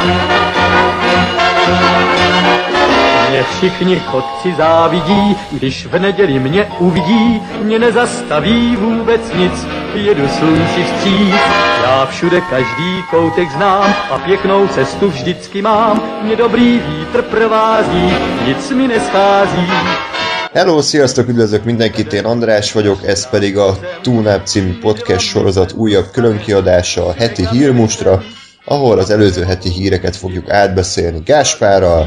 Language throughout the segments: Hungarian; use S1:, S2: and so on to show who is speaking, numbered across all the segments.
S1: Mě všichni chodci závidí, když v neděli mě uvidí, mě nezastaví vůbec nic, jedu slunci vstříc. Já všude každý koutek znám a pěknou cestu vždycky mám, mě dobrý vítr provází, nic mi neschází.
S2: Hello, sziasztok, üdvözlök mindenkit, én András vagyok, ez pedig a TuneUp című podcast sorozat újabb különkiadása, a heti hírmustra, ahol az előző heti híreket fogjuk átbeszélni Gáspárral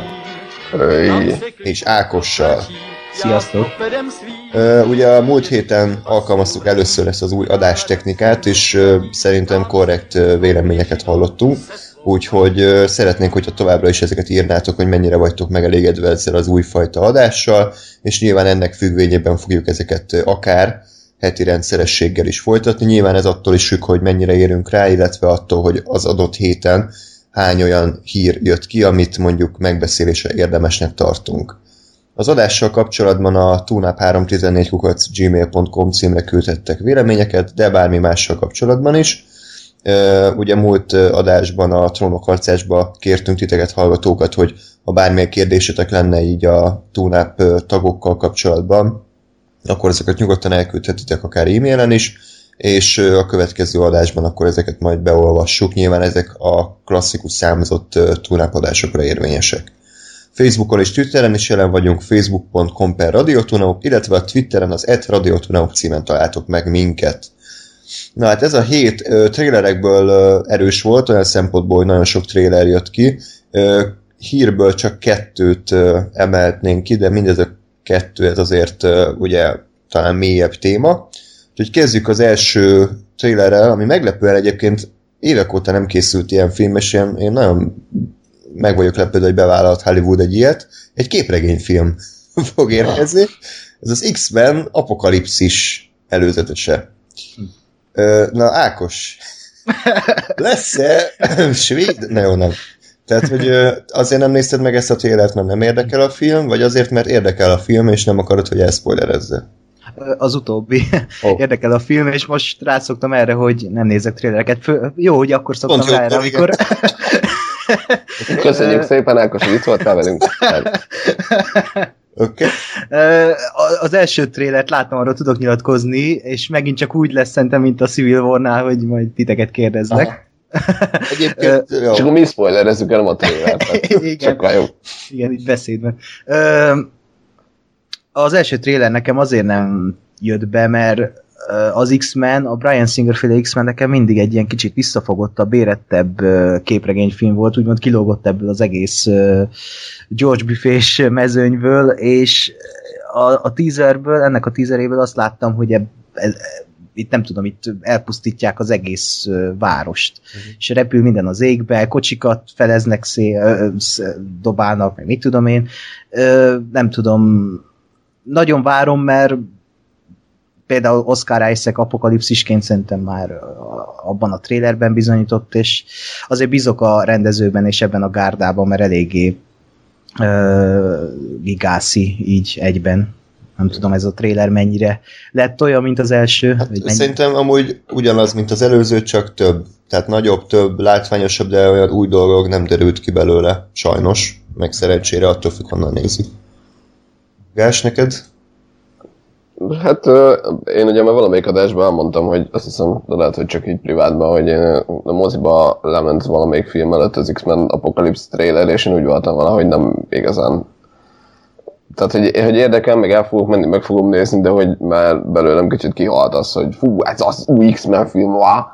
S2: és Ákossal.
S3: Sziasztok!
S2: Ugye a múlt héten alkalmaztuk először ezt az új adástechnikát, és szerintem korrekt véleményeket hallottunk, úgyhogy szeretnénk, hogyha továbbra is ezeket írnátok, hogy mennyire vagytok megelégedve ezzel az újfajta adással, és nyilván ennek függvényében fogjuk ezeket akár heti rendszerességgel is folytatni. Nyilván ez attól is függ, hogy mennyire érünk rá, illetve attól, hogy az adott héten hány olyan hír jött ki, amit mondjuk megbeszélésre érdemesnek tartunk. Az adással kapcsolatban a tuneup314@gmail.com címre küldhettek véleményeket, de bármi mással kapcsolatban is. Ugye múlt adásban a Trónok harcásba kértünk titeket, hallgatókat, hogy ha bármilyen kérdésetek lenne így a TuneUp tagokkal kapcsolatban, akkor ezeket nyugodtan elküldhetitek akár e-mailen is, és a következő adásban akkor ezeket majd beolvassuk. Nyilván ezek a klasszikus számozott TuneUp adásokra érvényesek. Facebookon és Twitteren is jelen vagyunk, facebook.com/radiotuneup, illetve a Twitteren az @radiotuneup címen találtok meg minket. Na hát ez a hét trailerekből erős volt, olyan szempontból, hogy nagyon sok trailer jött ki. Hírből csak 2-t emelhetnénk ki, de mindez a 2, ez azért ugye talán mélyebb téma. Úgyhogy kezdjük az első trailerrel, ami meglepően egyébként évek óta nem készült ilyen film, és én nagyon meg vagyok lepődve, hogy bevállalt Hollywood egy ilyet. Egy képregényfilm fog érkezni. Ez az X-Men Apokalipszis előzetese. Na, Ákos, lesz-e svéd? Ne, jó, nem. Tehát, hogy azért nem nézted meg ezt a trailert, mert nem érdekel a film, vagy azért, mert érdekel a film, és nem akarod, hogy elszpoilerezze?
S3: Az utóbbi. Érdekel a film, és most rászoktam erre, hogy nem nézek trailereket. Jó, hogy akkor szoktam rá erre, amikor...
S4: Köszönjük szépen, Ákos, hogy itt voltál velünk.
S2: Okay.
S3: Az első trélert láttam, arról tudok nyilatkozni, és megint csak úgy lesz szerintem, mint a Civil War-nál, hogy majd titeket kérdezlek.
S4: Egyébként, és akkor mi spoilerezzük el a trélert.
S3: Igen, itt beszédben. Az első tréler nekem azért nem jött be, mert az X-Men, a Bryan Singer féle X-Men nekem mindig egy ilyen kicsit visszafogottabb, érettebb képregényfilm volt, úgymond kilógott ebből az egész George Buffet-s mezőnyből, és a teaserből, ennek a teaseréből azt láttam, hogy itt nem tudom, itt elpusztítják az egész várost. És repül minden az égbe, kocsikat feleznek, dobálnak, meg mit tudom én. Nem tudom, nagyon várom, mert például Oscar Isaac apokalipszisként szerintem már abban a trailerben bizonyított, és azért bízok a rendezőben és ebben a gárdában, mert eléggé gigászi így egyben. Nem tudom, ez a trailer mennyire lett olyan, mint az első.
S2: Hát szerintem amúgy ugyanaz, mint az előző, csak több. Tehát nagyobb, több, látványosabb, de olyan új dolgok nem derült ki belőle. Sajnos, meg szerencsére, attól függ, honnan nézik. Gás, neked?
S4: Hát én ugye már valamelyik adásban elmondtam, hogy azt hiszem, de lehet, hogy csak így privátban, hogy én a moziba lement valamelyik film előtt az X-Men Apocalypse trailer, és én úgy voltam valahogy nem igazán. Tehát, hogy érdekel, meg el fogok menni, meg fogom nézni, de hogy már belőlem kicsit kihalt az, hogy fú, ez az új X-Men film,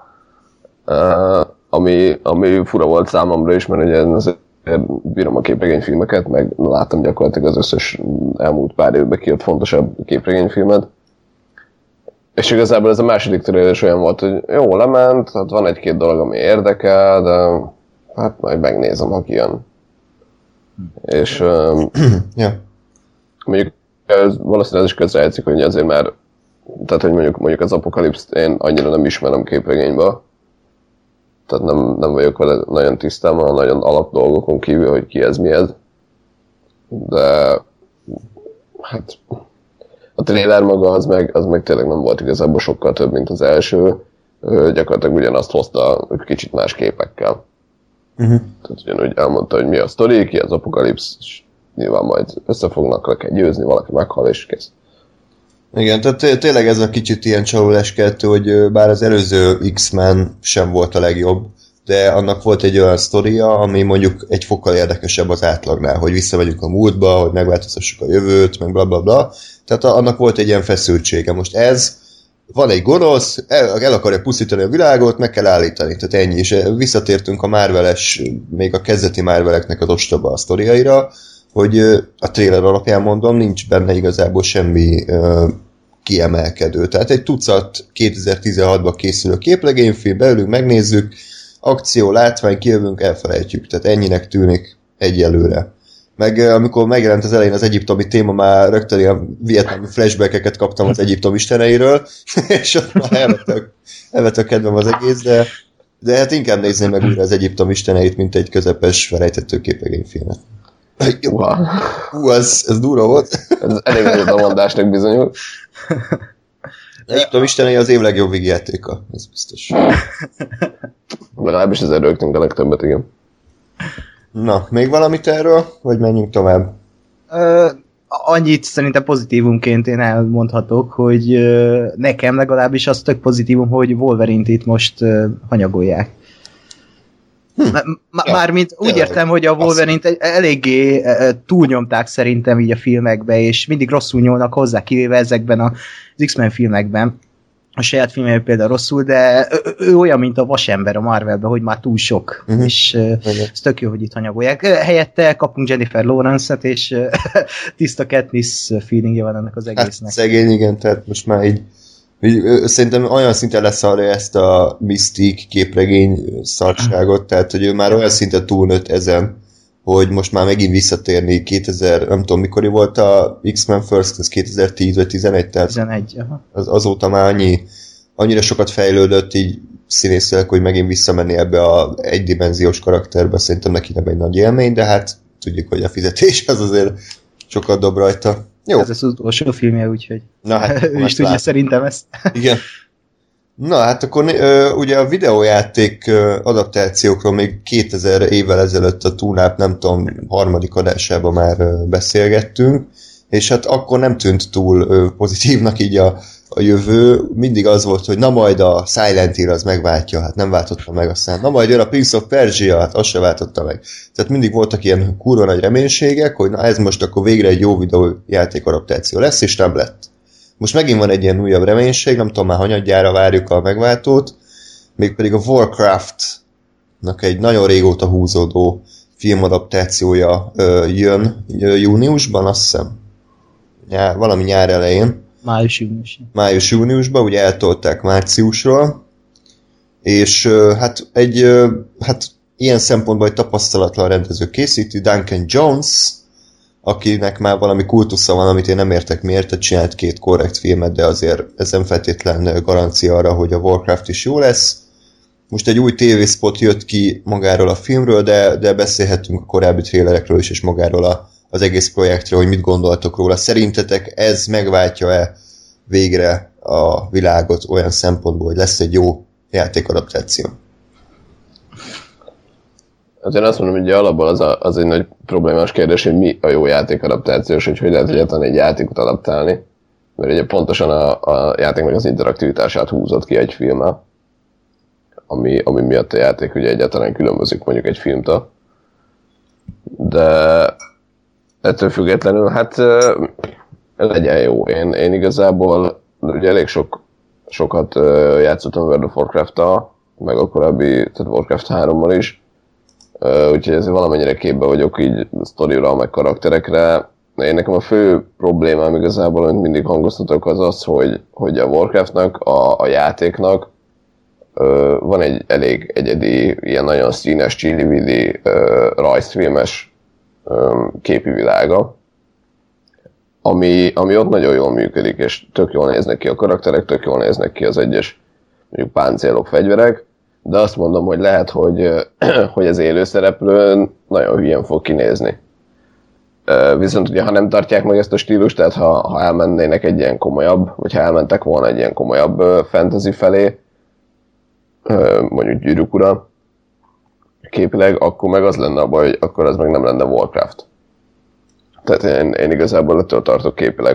S4: ami fura volt számomra is, mert ugye azért bírom a képregényfilmeket, meg láttam gyakorlatilag az összes elmúlt pár évben kijött fontosabb képregényfilmet. És igazából ez a második trailer is olyan volt, hogy jó, lement, hát van egy-két dolog, ami érdekel, de hát majd megnézem, ha kijön. És
S2: ja.
S4: Mondjuk valószínűleg ez is közrejátszik, hogy azért már, tehát hogy mondjuk az Apokalipszt én annyira nem ismerem képregénybe. Tehát nem vagyok vele nagyon tisztában, a nagyon alap dolgokon kívül, hogy ki ez, mi ez. De hát a trailer maga az meg tényleg nem volt igazából sokkal több, mint az első. Gyakorlatilag ugyanazt hozta kicsit más képekkel. Tehát ugyanúgy elmondta, hogy mi a sztori, ki az apokalipsz, és nyilván majd összefognak, le kell győzni, valaki meghal, és kész.
S2: Igen, tehát tényleg ez a kicsit ilyen csalódás kettő, hogy bár az előző X-Men sem volt a legjobb, de annak volt egy olyan sztoria, ami mondjuk egy fokkal érdekesebb az átlagnál, hogy visszamegyünk a múltba, hogy megváltoztassuk a jövőt, meg bla bla bla. Tehát annak volt egy ilyen feszültsége. Most ez, van egy gonosz, el akarja pusztítani a világot, meg kell állítani. Tehát ennyi. És visszatértünk a Marvel-es, még a kezdeti Marveleknek az ostoba a sztoriaira, hogy a trailer alapján mondom, nincs benne igazából semmi kiemelkedő. Tehát egy tucat 2016-ban készülő képregényfilm, beülünk, megnézzük, akció, látvány, kijövünk, elfelejtjük. Tehát ennyinek tűnik egyelőre. Meg amikor megjelent az elején az egyiptomi téma, már rögtön ilyen vietnámi flashbackeket kaptam az Egyiptom isteneiről, és ott már elvette a kedvem az egész, de hát inkább nézném meg újra az Egyiptom isteneit, mint egy közepes felejthető képregényfilmet. Ez durva volt.
S4: Ez elég nagy a mondásnak bizonyul.
S2: Egyiptom istenei az év legjobb vígjátéka, ez biztos.
S4: Legalábbis ezzel rögtünk a legtöbbet, igen.
S2: Na, még valamit erről, vagy menjünk tovább?
S3: Annyit szerintem pozitívumként én elmondhatok, hogy nekem legalábbis az tök pozitívum, hogy Wolverine-t itt most hanyagolják. Mármint úgy értem, hogy a Wolverine-t eléggé túlnyomták szerintem így a filmekbe, és mindig rosszul nyúlnak hozzá, kivéve ezekben az X-Men filmekben. A saját filmjében például rosszul, de ő olyan, mint a vasember a Marvelben, hogy már túl sok, és ez tök jó, hogy itt hanyagolják. Helyette kapunk Jennifer Lawrence-et, és tiszta Katniss feelingje van ennek az egésznek.
S2: Hát szegény, igen, tehát most már így szerintem olyan szinten leszarja ezt a Mystique képregény szarságot, tehát hogy ő már olyan szinten túlnőtt ezen, hogy most már megint visszatérni 2000, nem tudom mikor volt a X-Men First, ez 2010 vagy 11, tehát
S3: 11, aha.
S2: Azóta már annyira sokat fejlődött így színészileg, hogy megint visszamenni ebbe a egydimenziós karakterbe, szerintem neki nem egy nagy élmény, de hát tudjuk, hogy a fizetés az azért sokat dob rajta. Jó.
S3: Ez az utolsó filmje, úgyhogy
S2: na, hát,
S3: ő is tudja szerintem ezt.
S2: Igen. Na, hát akkor ugye a videójáték adaptációkról még 2000 évvel ezelőtt a Túnáp, nem tudom, harmadik adásában már beszélgettünk, és hát akkor nem tűnt túl pozitívnak így a jövő. Mindig az volt, hogy na majd a Silent Hill az megváltja, hát nem váltotta meg aztán. Na majd jön a Prince of Persia, hát azt se váltotta meg. Tehát mindig voltak ilyen kurva nagy reménységek, hogy na ez most akkor végre egy jó videójáték adaptáció lesz, és nem lett. Most megint van egy ilyen újabb reménység, nem tudom már hanyadjára várjuk a megváltót, mégpedig a Warcraft-nak egy nagyon régóta húzódó filmadaptációja jön júniusban, azt hiszem. Valami nyár elején. Május-júniusban, ugye eltolták márciusról, és hát ilyen szempontból egy tapasztalatlan rendező készíti, Duncan Jones, akinek már valami kultusza van, amit én nem értek miért, tehát csinált 2 korrekt filmet, de azért ez nem feltétlen garancia arra, hogy a Warcraft is jó lesz. Most egy új tévészpot jött ki magáról a filmről, de beszélhetünk a korábbi trélerekről is, és magáról az egész projektről, hogy mit gondoltok róla. Szerintetek ez megváltja-e végre a világot olyan szempontból, hogy lesz egy jó játékadaptáció?
S4: Hát én azt mondom, hogy alapból az egy nagy problémás kérdés, hogy mi a jó játékadaptációs, hogy lehet egyáltalán egy játékot adaptálni. Mert ugye pontosan a játéknak az interaktivitását húzott ki egy filmmel, ami miatt a játék ugye egyáltalán különbözik mondjuk egy filmtől. De ettől függetlenül, hát legyen jó. Én igazából ugye elég sokat játszottam World of Warcraft-tal, meg a korábbi, tehát Warcraft 3-mal is. Úgyhogy ezért valamennyire képbe vagyok így sztorira, meg karakterekre. Én nekem a fő problémám igazából, amit mindig hangoztatok, az, hogy a Warcraftnak, a játéknak van egy elég egyedi, ilyen nagyon színes, csili-vili, rajzfilmes képi világa, ami ott nagyon jól működik, és tök jól néznek ki a karakterek, tök jól néznek ki az egyes mondjuk páncélok, fegyverek, de azt mondom, hogy lehet, hogy az élőszereplőn nagyon hülyen fog kinézni. Viszont ugye, ha nem tartják meg ezt a stílust, tehát ha elmennének egy ilyen komolyabb, vagy ha elmentek volna egy ilyen komolyabb fantasy felé, mondjuk Gyűrűk Ura, képileg, akkor meg az lenne a baj, hogy akkor az meg nem lenne Warcraft. Tehát én igazából ettől tartok képileg,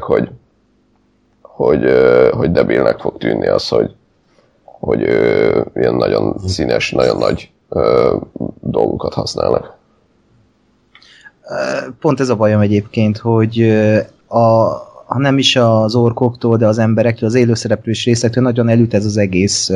S4: hogy debilnek fog tűnni az, hogy ilyen nagyon színes, nagyon nagy dolgokat használnak.
S3: Pont ez a bajom egyébként, hogy ha nem is az orkoktól, de az emberektől, az élőszereplős részektől nagyon elüt ez az egész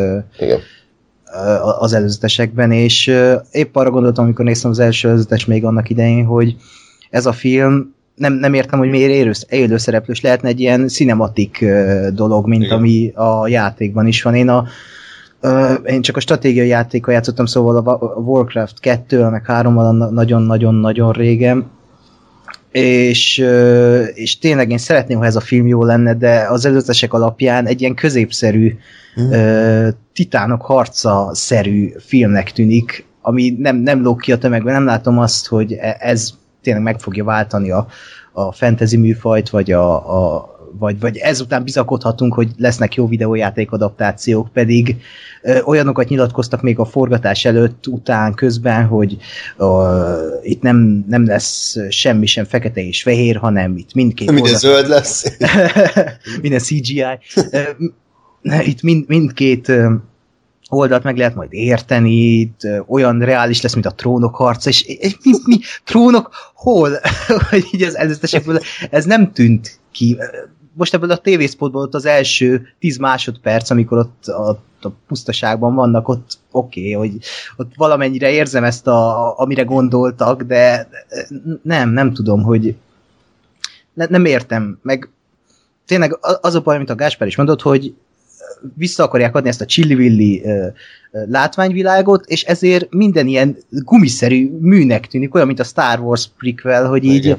S3: az előzetesekben, és épp arra gondoltam, amikor néztem az első előzetes még annak idején, hogy ez a film nem értem, hogy miért élőszereplős lehetne egy ilyen cinematik dolog, mint igen, ami a játékban is van. Én csak a stratégiai játékkal játszottam, szóval a Warcraft 2-vel, meg 3-mal nagyon-nagyon-nagyon régen, és tényleg én szeretném, ha ez a film jó lenne, de az előzetesek alapján egy ilyen középszerű titánok harca-szerű filmnek tűnik, ami nem lóg ki a tömegben, nem látom azt, hogy ez tényleg meg fogja váltani a fantasy műfajt, vagy ezután bizakodhatunk, hogy lesznek jó videójáték adaptációk, pedig olyanokat nyilatkoztak még a forgatás előtt, után, közben, hogy itt nem lesz semmi sem fekete és fehér, hanem itt mindkét
S2: minden zöld lesz.
S3: minden CGI. Itt mindkét oldalt meg lehet majd érteni, itt olyan reális lesz, mint a Trónok harca, és mi trónok hol? Hogy így az előzetesekből ez nem tűnt ki. Most ebből a tévészpotból ott az első 10 másodperc, amikor ott a pusztaságban vannak, ott oké, hogy ott valamennyire érzem ezt, amire gondoltak, de nem tudom, hogy nem értem, meg tényleg az a baj, amit a Gáspár is mondott, hogy vissza akarják adni ezt a csillivilli látványvilágot, és ezért minden ilyen gumiszerű műnek tűnik, olyan, mint a Star Wars prequel, hogy így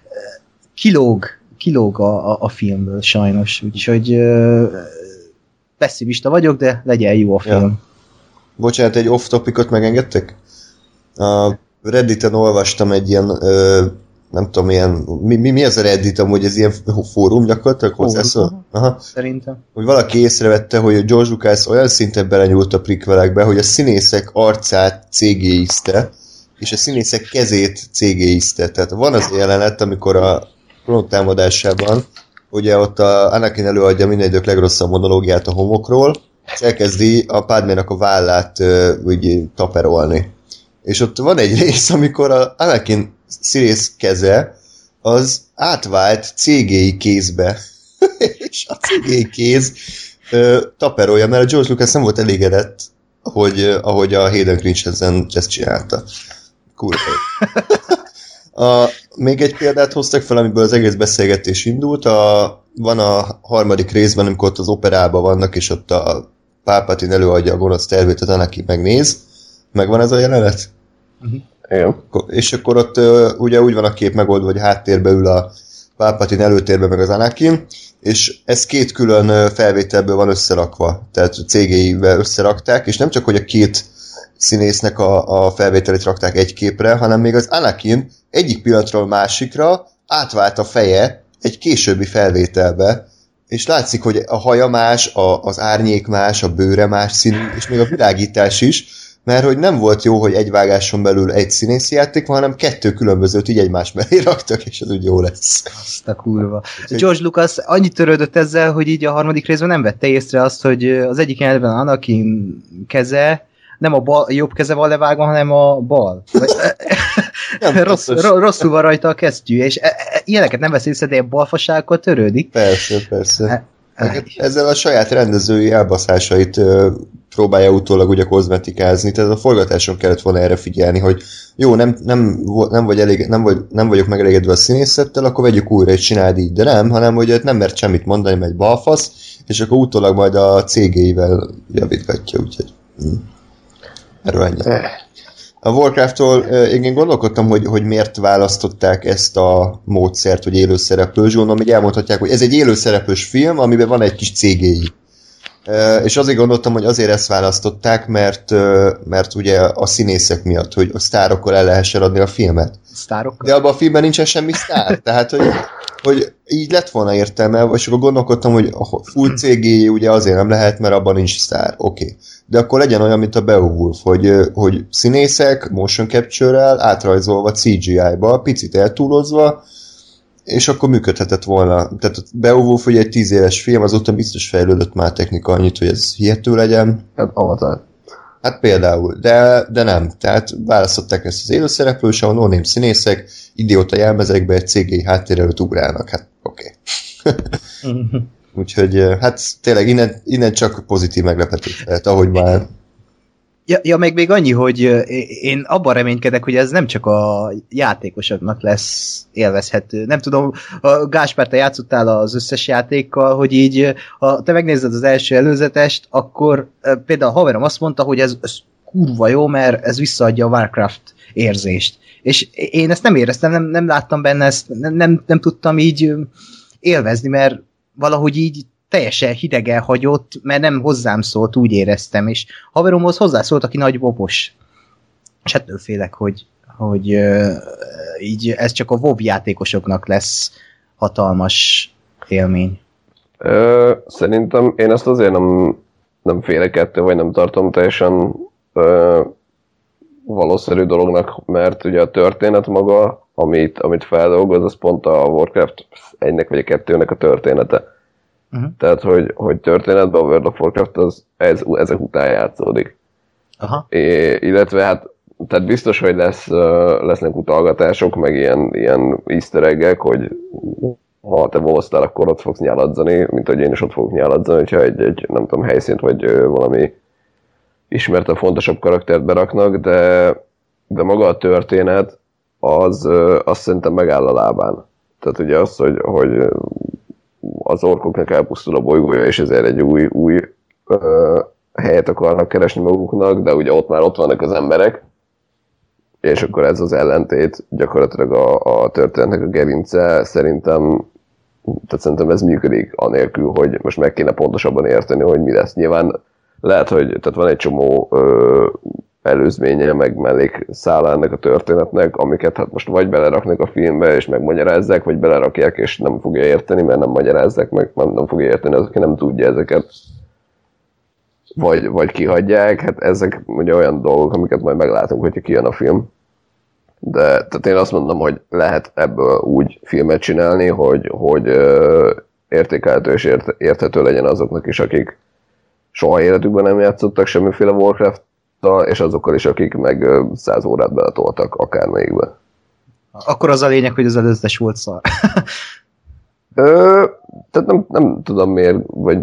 S3: kilóg a filmből sajnos, úgyhogy pessimista vagyok, de legyen jó a film. Ja.
S2: Bocsánat, egy off-topicot megengedtek? A Redditen olvastam egy ilyen nem tudom, ilyen, mi ez a Reddit amúgy, ez ilyen fórum gyakorlatilag hozzászól? Aha.
S3: Szerintem.
S2: Hogy valaki észrevette, hogy George Lucas olyan szinten belenyúlt a prequelekbe, hogy a színészek arcát CG-izte, és a színészek kezét CG-izte. Tehát van az jelenet, amikor a Klónok támadásában, ugye ott a Anakin előadja minden idők legrosszabb monológiát a homokról, és elkezdi a Padménak a vállát úgy taperolni. És ott van egy rész, amikor a Anakin színész keze az átvált CGI kézbe. És a CGI kéz taperolja, mert a George Lucas nem volt elégedett, ahogy a Hayden Christensen ezt csinálta. Kurva. Még egy példát hoztak fel, amiből az egész beszélgetés indult. Van a harmadik részben, amikor ott az operában vannak, és ott a Palpatine előadja a gonosz tervét, az Anakin megnéz. Megvan ez a jelenet?
S4: Igen.
S2: És akkor ott ugye úgy van a kép megoldva, hogy háttérbe ül a Palpatine, előtérbe meg az Anakin, és ez két külön felvételből van összerakva, tehát CGI-vel összerakták, és nem csak, hogy a két színésznek a felvételét rakták egy képre, hanem még az Anakin egyik pillanatról másikra átvált a feje egy későbbi felvételbe, és látszik, hogy a haja más, az árnyék más, a bőre más színű, és még a világítás is, mert hogy nem volt jó, hogy egy vágáson belül egy színészi játék van, hanem kettő különbözőt így egymás mellé raktak, és az úgy jó lesz.
S3: Azt a kurva. George Lucas annyit törődött ezzel, hogy így a harmadik részben nem vette észre azt, hogy az egyik jelenetben Anakin keze nem a jobb keze van levágva, hanem a bal. Rosszul van rajta a kesztyű, és ilyeneket nem vesz észre, de ilyen balfaságokkal törődik.
S2: Persze. Ezzel a saját rendezői elbaszásait próbálja utólag ugye kozmetikázni, tehát a forgatáson kellett volna erre figyelni, hogy jó, nem vagyok megelégedve a színészettel, akkor vegyük újra, és csináld így, de nem, hanem hogy nem mert semmit mondani, megy balfasz, és akkor utólag majd a CG-ivel javítgatja, úgyhogy erről ennyi. A Warcraft-tól én gondolkodtam, hogy miért választották ezt a módszert, hogy élőszereplős, gondolom, hogy elmondhatják, hogy ez egy élőszereplős film, amiben van egy kis CGI. És azért gondoltam, hogy azért ezt választották, mert ugye a színészek miatt, hogy a sztárokkal el lehessen adni a filmet.
S3: Sztárokkal?
S2: De abban a filmben nincsen semmi sztár, tehát hogy hogy így lett volna értelme, és akkor gondolkodtam, hogy a full CGI ugye azért nem lehet, mert abban nincs sztár, oké. De akkor legyen olyan, mint a Beowulf, hogy színészek motion capture-rel átrajzolva CGI-ba, picit eltúlozva, és akkor működhetett volna. Tehát a Beowulf ugye egy 10 éves film, azóta biztos fejlődött már technika annyit, hogy ez hihető legyen.
S4: Hát Avatar.
S2: Hát például, de nem. Tehát választották ezt az élőszereplős, ahol no-name színészek, idióta jelmezekbe egy CGI háttér előtt ugrálnak. Hát oké. Úgyhogy hát tényleg innen csak pozitív meglepetés lehet, ahogy már...
S3: Ja, még annyi, hogy én abban reménykedek, hogy ez nem csak a játékosoknak lesz élvezhető. Nem tudom, Gáspár, te játszottál az összes játékkal, hogy így, ha te megnézed az első előzetest, akkor például a haverom azt mondta, hogy ez kurva jó, mert ez visszaadja a Warcraft érzést. És én ezt nem éreztem, nem láttam benne ezt, nem tudtam így élvezni, mert valahogy így teljesen hidegen hagyott, mert nem hozzám szólt, úgy éreztem, és haveromhoz hozzászólt, aki nagy bobos. És ettől félek, hogy így ez csak a WoW játékosoknak lesz hatalmas élmény.
S4: Szerintem én ezt azért nem félek ettől, vagy nem tartom teljesen valószerű dolognak, mert ugye a történet maga, amit feldolgoz, az pont a Warcraft 1-nek vagy a 2-nek a története. Tehát, hogy történetben a World of Warcraft ezek után játszódik.
S3: Aha.
S4: Illetve hát tehát biztos, hogy lesznek utalgatások, meg ilyen easter egg-ek, hogy ha te voltál, akkor ott fogsz nyáladzani, mint hogy én is ott fogok nyáladzani, hogyha egy nem tudom, helyszínt, vagy valami ismertebb, fontosabb karaktert beraknak, de maga a történet az szerintem megáll a lábán. Tehát ugye az, hogy az orkoknak elpusztul a bolygója, és ezért egy új helyet akarnak keresni maguknak, de ugye ott vannak az emberek, és akkor ez az ellentét gyakorlatilag a történetnek a gerince, szerintem ez működik anélkül, hogy most meg kéne pontosabban érteni, hogy mi lesz. Nyilván lehet, hogy tehát van egy csomó előzménye, meg mellékszála ennek a történetnek, amiket hát most vagy beleraknak a filmbe, és megmagyarázzák, vagy belerakják, és nem fogja érteni, mert nem magyarázzák meg, nem fogja érteni az, aki nem tudja ezeket. Vagy kihagyják, hát ezek ugye olyan dolgok, amiket majd meglátunk, hogyha kijön a film. De tehát én azt mondom, hogy lehet ebből úgy filmet csinálni, hogy értékelhető és érthető legyen azoknak is, akik soha életükben nem játszottak semmiféle Warcraft-tal, és azokkal is, akik meg 100 órát beletoltak akármelyikbe.
S3: Akkor az a lényeg, hogy az előzetes volt szar.
S4: Tehát nem tudom miért, vagy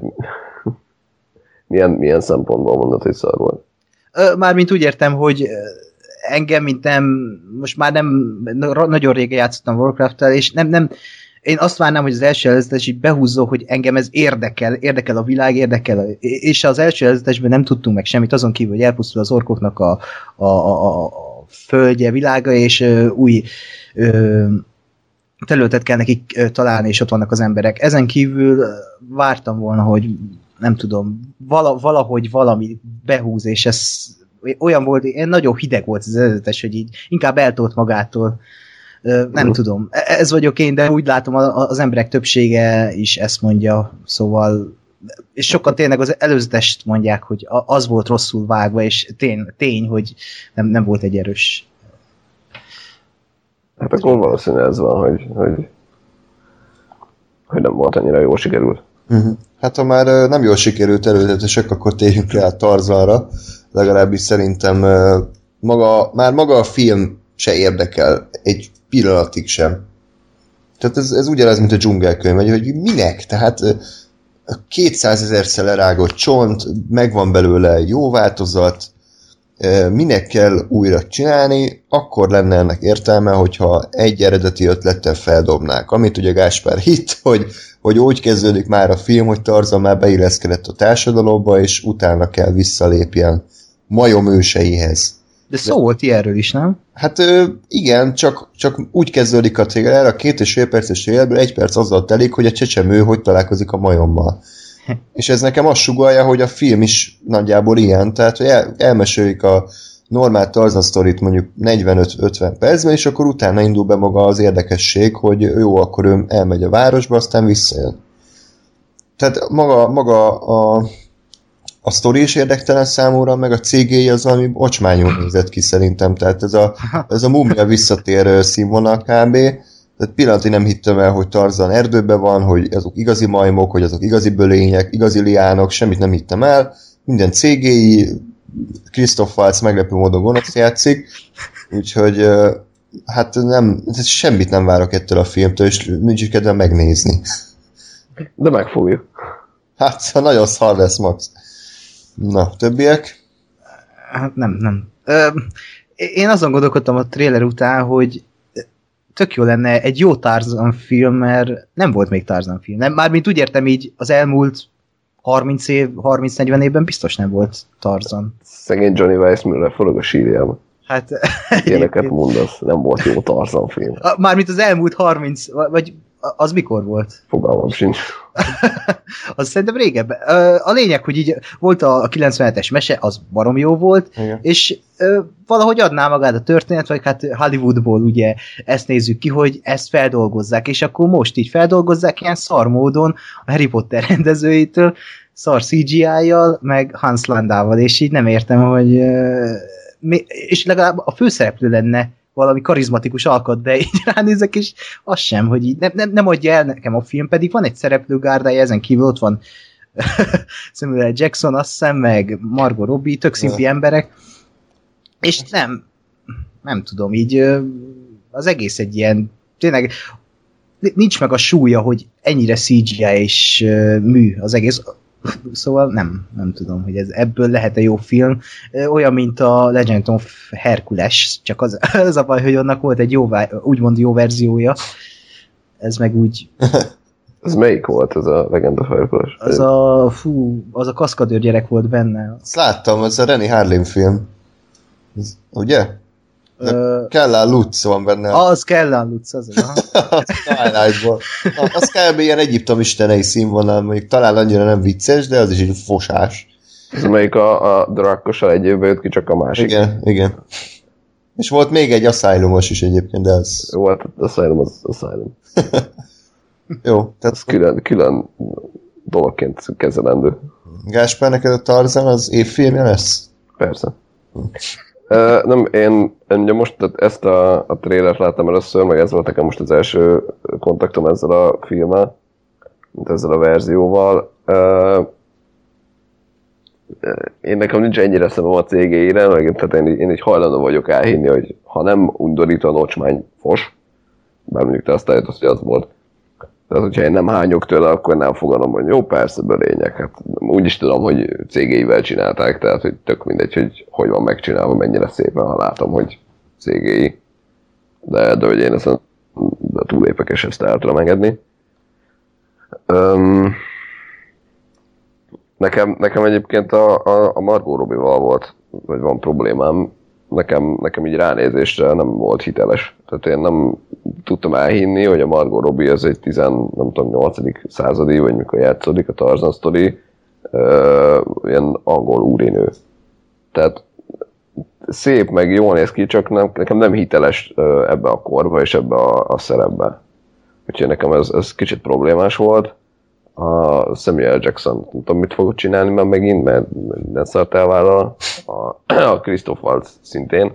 S4: milyen szempontból mondod, hogy szar volt.
S3: Mármint úgy értem, hogy engem, mint most már nagyon régen játszottam Warcraft-tel, és én azt várnám, hogy az első előzetes így behúzzó, hogy engem ez érdekel a világ, és az első előzetesben nem tudtunk meg semmit, azon kívül, hogy elpusztul az orkoknak a földje, világa, és új területet kell nekik találni, és ott vannak az emberek. Ezen kívül vártam volna, hogy nem tudom, valahogy valami behúz, és ez olyan volt, nagyon hideg volt az előzetes, hogy így inkább eltolt magától. Nem tudom. Ez vagyok én, de úgy látom, az emberek többsége is ezt mondja, szóval és sokan tényleg az előzetest mondják, hogy az volt rosszul vágva, és tény, hogy nem volt egy erős.
S4: Hát akkor valószínűleg ez van, hogy nem volt annyira jól sikerült.
S2: Hát ha már nem jól sikerült előzetesek, akkor térjünk rá a Tarzanra. Legalábbis szerintem maga a film se érdekel, egy pillanatig sem. Tehát ez ugyanaz, mint a dzsungelkönyv, hogy minek? Tehát 200 000-szer lerágott csont, megvan belőle jó változat, minek kell újra csinálni, akkor lenne ennek értelme, hogyha egy eredeti ötlettel feldobnák. Amit ugye Gáspár hitt, hogy úgy kezdődik már a film, hogy Tarzan már beilleszkedett a társadalomba, és utána kell visszalépjen majom őseihez.
S3: De szó volt ilyenről is, nem?
S2: Hát igen, csak úgy kezdődik a trailer, a 2,5 perces trailerből 1 perc azzal telik, hogy a csecsemő hogy találkozik a majommal. És ez nekem azt sugallja, hogy a film is nagyjából ilyen, tehát hogy elmesélik normál Tarzan sztorit mondjuk 45-50 percben, és akkor utána indul be maga az érdekesség, hogy jó, akkor ő elmegy a városba, aztán visszajön. Tehát maga a sztori is érdektelen számomra, meg a CGI az valami ocsmányul nézett ki szerintem, tehát ez a Mumia visszatér színvonal kb. Tehát pillanatig nem hittem el, hogy Tarzan erdőben van, hogy azok igazi majmok, hogy azok igazi bölények, igazi liánok, semmit nem hittem el, minden CGI, Christoph Waltz meglepő módon gonosz játszik, úgyhogy hát semmit nem várok ettől a filmtől, és nincs is kedvem megnézni.
S4: De megfogjuk.
S2: Hát szóval nagyon szar lesz, Max. Na, többiek?
S3: Hát nem. Én azon gondolkodtam a trailer után, hogy tök jó lenne egy jó Tarzan film, mert nem volt még Tarzan film. Mármint úgy értem így, az elmúlt 30-40 évben biztos nem volt Tarzan.
S4: Szegény Johnny Weissmuller forog a sírjába.
S3: Hát...
S4: Ilyeneket mondasz, nem volt jó Tarzan film.
S3: Mármint az elmúlt 30, vagy az mikor volt?
S4: Fogalmam sincs.
S3: Az szerintem régebben. A lényeg, hogy így volt a 97-es mese, az barom jó volt, igen. És valahogy adná magát a történet, vagy hát Hollywoodból ugye ezt nézzük ki, hogy ezt feldolgozzák, és akkor most így feldolgozzák ilyen szar módon a Harry Potter rendezőitől, szar CGI-jal, meg Hans Landával, és így nem értem, hogy és legalább a főszereplő lenne valami karizmatikus alkat, de így ránézek, és az sem, hogy így nem adja el nekem a film, pedig van egy szereplőgárdája, ezen kívül ott van Samuel Jackson, azt hiszem, meg Margot Robbie, tök szimpi emberek, és nem tudom, így az egész egy ilyen, tényleg nincs meg a súlya, hogy ennyire CGI és mű az egész, szóval nem tudom, hogy ebből lehet-e jó film. Olyan, mint a Legend of Hercules, csak az a baj, hogy annak volt egy úgymond jó verziója. Ez meg úgy...
S4: Ez melyik volt, ez a Legend of Hercules?
S3: Az a kaszkadőr gyerek volt benne.
S2: Ezt láttam, ez a Rennie Harlin film. Ugye? Kellán Lutz van benne.
S3: Az Kellán Lutz, az.
S2: Twilight-ból. Az kb. Ilyen Egyiptom istenei színvonal, mondjuk talán annyira nem vicces, de az is egy fosás.
S4: Ez melyik a Drakkossal egy évben jött ki, csak a másik.
S2: Igen. És volt még egy Asylumos is egyébként, de az...
S4: Jó, hát Asylum az Asylum.
S2: Jó. Tehát...
S4: Ez külön dologként kezelendő.
S2: Gáspár, neked a Tarzan az évfilmje lesz?
S4: Persze. Nem, én ugye most ezt a trailert láttam először, meg ez volt nekem most az első kontaktom ezzel a filmmel, mint ezzel a verzióval. Én nekem nincs ennyire szemem a CGI-re, meg tehát én így hajlandó vagyok elhinni, hogy ha nem undorítóan ocsmány fos, bár mondjuk te azt állítasz, hogy az volt. Tehát, hogyha én nem hányok tőle, akkor nem fogadom, hogy jó, persze, bölények. Hát úgyis tudom, hogy CGI-vel csinálták, tehát hogy tök mindegy, hogy van megcsinálva, mennyire szépen, ha látom, hogy CGI. De hogy én ezen túlépek, és ezt el tudom engedni. Nekem egyébként a Margot Robbie-val volt, vagy van problémám. Nekem így ránézésre nem volt hiteles. Tehát én nem tudtam elhinni, hogy a Margot Robbie ez egy 18. századi, vagy mikor játszódik a Tarzan sztori, ilyen angol úrinő. Tehát szép, meg jól néz ki, csak nekem nem hiteles ebbe a korba és ebbe a szerepbe. Úgyhogy nekem ez kicsit problémás volt. A Samuel Jackson, nem tudom, mit fogok csinálni már megint, mert nem szart elvállal. A Christoph Waltz szintén.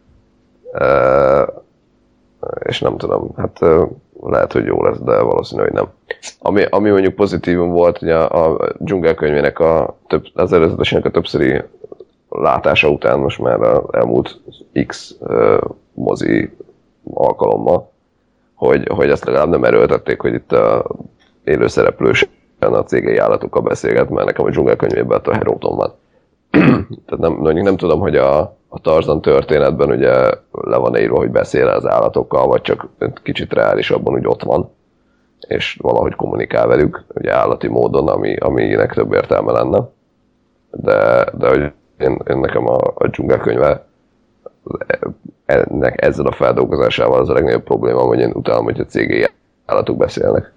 S4: És nem tudom, hát lehet, hogy jó lesz, de valószínű, hogy nem. Ami mondjuk pozitívum volt, ugye a dzsungelkönyvének az előzetesének a többszöri látása után most már az elmúlt X mozi alkalommal, hogy ezt legalább nem erőltették, hogy itt a élőszereplős a cégei állatokkal beszélget, mert nekem a dzsungelkönyvében a Heróton van. Tehát nem tudom, hogy a Tarzan történetben ugye le van írva, hogy beszél az állatokkal, vagy csak kicsit reálisabban úgy ott van, és valahogy kommunikál velük, ugye állati módon, aminek több értelme lenne. De hogy én nekem a dzsungelkönyve ezzel a feldolgozásával az a legnagyobb probléma, hogy én utálom, hogy a cégei állatok beszélnek.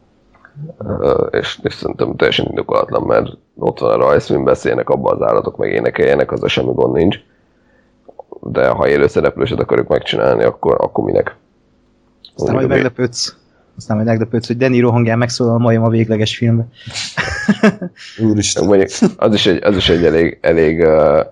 S4: És szerintem teljesen indokolatlan, mert ott van a rajzfilm, beszélnek abban az állatok, meg énekeljenek, az a semmi gond nincs. de ha élő szereplőset akarjuk megcsinálni, akkor minek?
S3: Aztán majd meglepődsz, hogy De Niro hangján megszólal a majom a végleges filmben.
S2: Úristen.
S4: Mondjuk, az is egy elég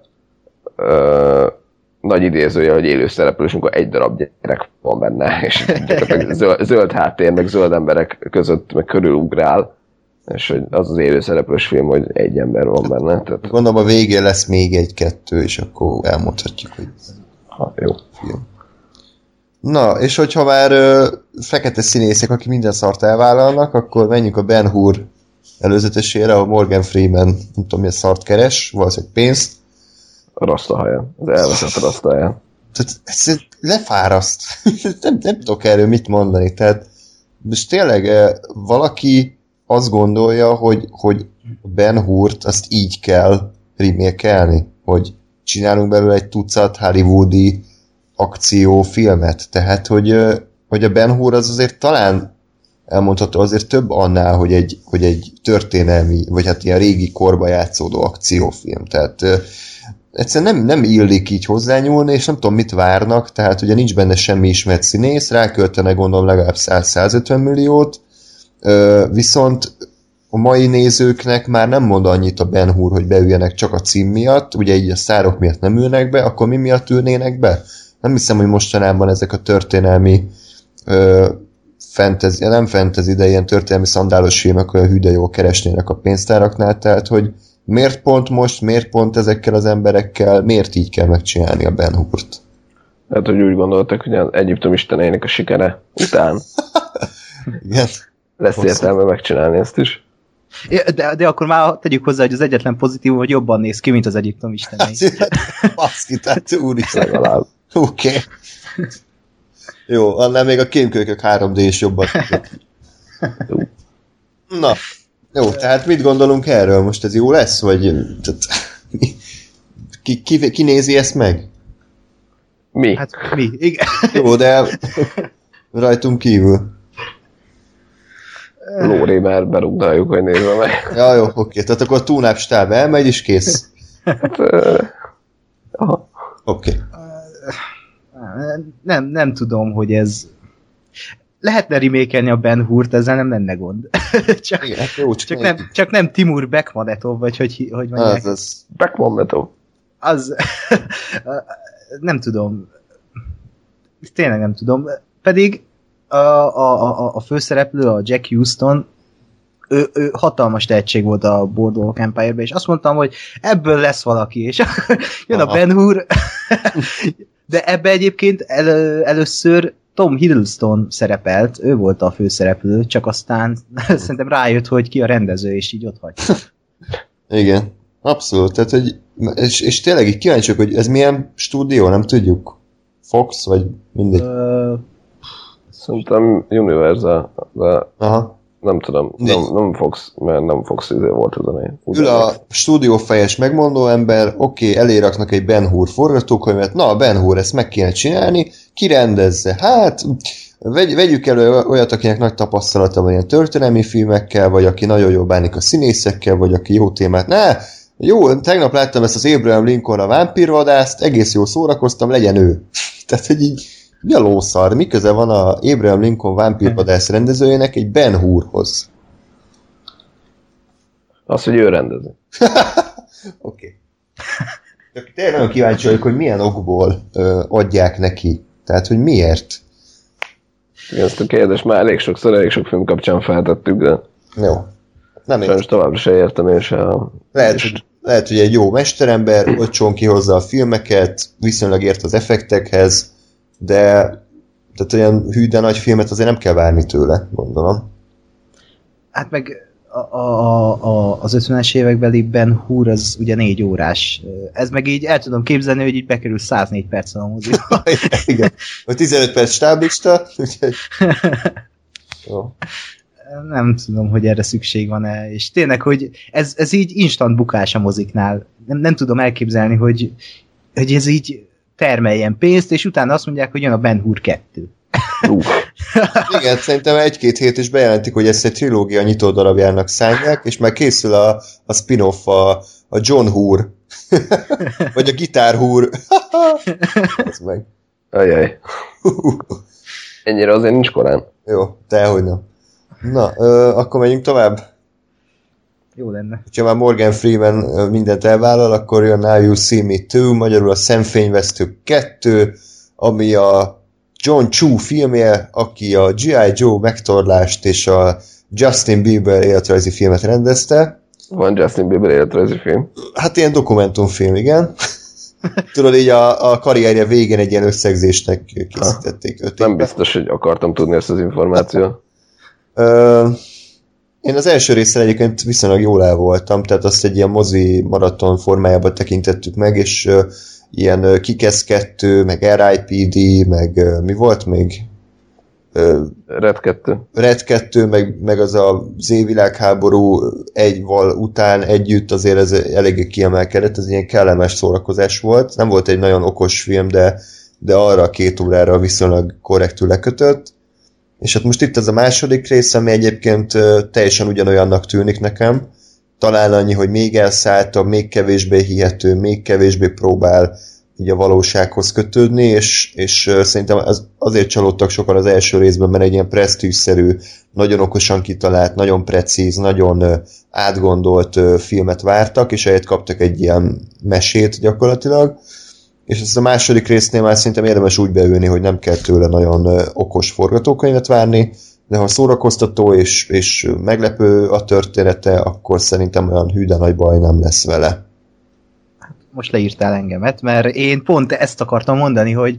S4: nagy idézője, hogy élő szereplős, amikor egy darab gyerek van benne, és zöld háttér, meg zöld emberek között meg körülugrál, és hogy az élő szereplős film, hogy egy ember van benne. Tehát...
S2: Gondolom a végén lesz még egy-kettő, és akkor elmondhatjuk, hogy
S4: jó.
S2: Film. Na, és hogyha már fekete színészek, akik minden szart elvállalnak, akkor menjünk a Ben Hur előzetesére, ahol Morgan Freeman, nem tudom milyen szart keres, valószínűleg pénzt.
S4: A rasztahaján, az elveszett rasztahaján.
S2: Tehát ez lefáraszt. nem tudok erről mit mondani. Tehát most tényleg valaki azt gondolja, hogy Ben Hurt azt így kell remake-elni, hogy csinálunk belőle egy tucat hollywoodi akciófilmet. Tehát, hogy a Ben Hur az azért talán elmondható azért több annál, hogy egy történelmi, vagy hát ilyen régi korba játszódó akciófilm. Tehát egyszerűen nem illik így hozzányúlni, és nem tudom, mit várnak, tehát ugye nincs benne semmi ismert színész, ráköltene gondolom legalább 100-150 milliót, viszont a mai nézőknek már nem mond annyit a Ben Hur, hogy beüljenek csak a cím miatt, ugye így a sztárok miatt nem ülnek be, akkor mi miatt ülnének be? Nem hiszem, hogy mostanában ezek a történelmi nem fantasy, de ilyen történelmi szandálos filmek olyan hű de jól keresnének a pénztáraknál, tehát hogy miért pont most, miért pont ezekkel az emberekkel, miért így kell megcsinálni a Ben Hurt?
S4: Hát, hogy úgy gondoltak, hogy az Egyiptom istenének a sikere után
S2: Igen.
S4: lesz értelme megcsinálni ezt is.
S3: De akkor már tegyük hozzá, hogy az egyetlen pozitív, hogy jobban néz ki, mint az Egyiptom istenei.
S2: Baszki, tehát úristen.
S4: Legalább.
S2: Oké. Jó, annál még a kémkölykök 3D is jobban. Na, jó, tehát mit gondolunk erről? Most ez jó lesz? Vagy tehát, ki nézi ezt meg?
S4: Mi?
S3: Hát mi? Igen.
S2: Jó, de rajtunk kívül.
S4: Lóri, mert berugdáljuk, hogy nézve meg.
S2: Ja, jó, oké. Tehát akkor a túnáp stáb elmegy, és kész.
S4: Aha.
S2: Oké.
S3: Nem tudom, hogy ez... Lehetne remake-elni a Ben Hurt, ezzel nem lenne gond.
S2: Igen, jó,
S3: csak nem Timur Bekmambetov, vagy hogy mondják.
S2: Az.
S4: Bekmambetov.
S3: Az... nem tudom. Tényleg nem tudom. Pedig a főszereplő, a Jack Houston, ő hatalmas tehetség volt a Boardwalk Empire-ben, és azt mondtam, hogy ebből lesz valaki, és jön a Ben Hur. De ebbe egyébként először Tom Hiddleston szerepelt, ő volt a főszereplő, csak aztán szerintem rájött, hogy ki a rendező, és így ott hagyta.
S2: Igen, abszolút. Tehát, hogy, és tényleg így kíváncsiak, hogy ez milyen stúdió, nem tudjuk? Fox, vagy mindegy?
S4: Szerintem Universal, de
S2: Aha.
S4: nem tudom, nem Fox, mert nem Fox volt az a név.
S2: Ül a stúdiófejes megmondó ember, oké, eléraknak egy Ben Hur forgatókönyvet, na, Ben Hur, ezt meg kéne csinálni, ki rendezze? Hát, vegyük elő olyat, akinek nagy tapasztalata van ilyen történelmi filmekkel, vagy aki nagyon jól bánik a színészekkel, vagy aki jó témát. Jó, tegnap láttam ezt az Abraham Lincoln a vámpírvadászt, egész jól szórakoztam, legyen ő. Tehát, hogy így, mi a lószar? Mi köze van a Abraham Lincoln vámpírvadász rendezőjének egy Ben Hurhoz?
S4: Az, hogy ő rendezi.
S2: Oké. Csak tényleg nagyon kíváncsi vagyok, hogy milyen okból adják neki. Tehát, hogy miért?
S4: Igen, ezt a kérdést már elég sok film kapcsán feltettük, de
S2: jó. Nem
S4: sajnos továbbra se értem én sem.
S2: Lehet, hogy egy jó mesterember olcsón kihozza a filmeket, viszonylag ért az effektekhez, de tehát olyan hű, de nagy filmet azért nem kell várni tőle, gondolom.
S3: Hát meg az 50-es évekbeli Ben Hur az ugye 4 órás. Ez meg így el tudom képzelni, hogy így bekerül 104 percen a moziba.
S2: Igen. A 15 perc stáblista. Jó.
S3: Nem tudom, hogy erre szükség van-e. És tényleg, hogy ez így instant bukás a moziknál. Nem tudom elképzelni, hogy ez így termeljen pénzt, és utána azt mondják, hogy jön a Ben Hur 2.
S2: Igen, szerintem 1-2 hét is bejelentik, hogy ezt egy trilógia nyitó darabjának szánják, és már készül a spin-off a John Hur Vagy a gitárhúr. Ez meg.
S4: Ajaj. Ennyire azért nincs korán.
S2: Jó, dehogy nem. Na, akkor menjünk tovább.
S3: Jó lenne.
S2: Ha már Morgan Freeman mindent elvállal, akkor jön Now You See Me Too, magyarul a Szemfényvesztő 2, ami a John Chu filmje, aki a G.I. Joe megtorlást és a Justin Bieber életrajzi filmet rendezte.
S4: Van Justin Bieber életrajzi film?
S2: Hát ilyen dokumentumfilm, igen. Tudod, így a karrierje végén egy ilyen összegzésnek készítették.
S4: Nem biztos, hogy akartam tudni ezt az információt.
S2: Én az első résszel egyébként viszonylag jól el voltam, tehát azt egy ilyen mozi maraton formájában tekintettük meg, és ilyen Kick-Ass 2, meg R.I.P.D., meg mi volt még?
S4: Red 2.
S2: Red 2, meg az a Z-világháború egyval után együtt azért ez eléggé kiemelkedett, ez ilyen kellemes szórakozás volt. Nem volt egy nagyon okos film, de arra a 2 órára viszonylag korrektül lekötött. És hát most itt ez a második rész, ami egyébként teljesen ugyanolyannak tűnik nekem. Talán annyi, hogy még elszálltabb, még kevésbé hihető, még kevésbé próbál így a valósághoz kötődni, és szerintem azért csalódtak sokan az első részben, mert egy ilyen presztízszerű, nagyon okosan kitalált, nagyon precíz, nagyon átgondolt filmet vártak, és ehhez kaptak egy ilyen mesét gyakorlatilag. És ezt a második résznél már szerintem érdemes úgy beülni, hogy nem kell tőle nagyon okos forgatókönyvet várni, de ha szórakoztató és meglepő a története, akkor szerintem olyan hű de nagy baj nem lesz vele.
S3: Most leírtál engemet, mert én pont ezt akartam mondani, hogy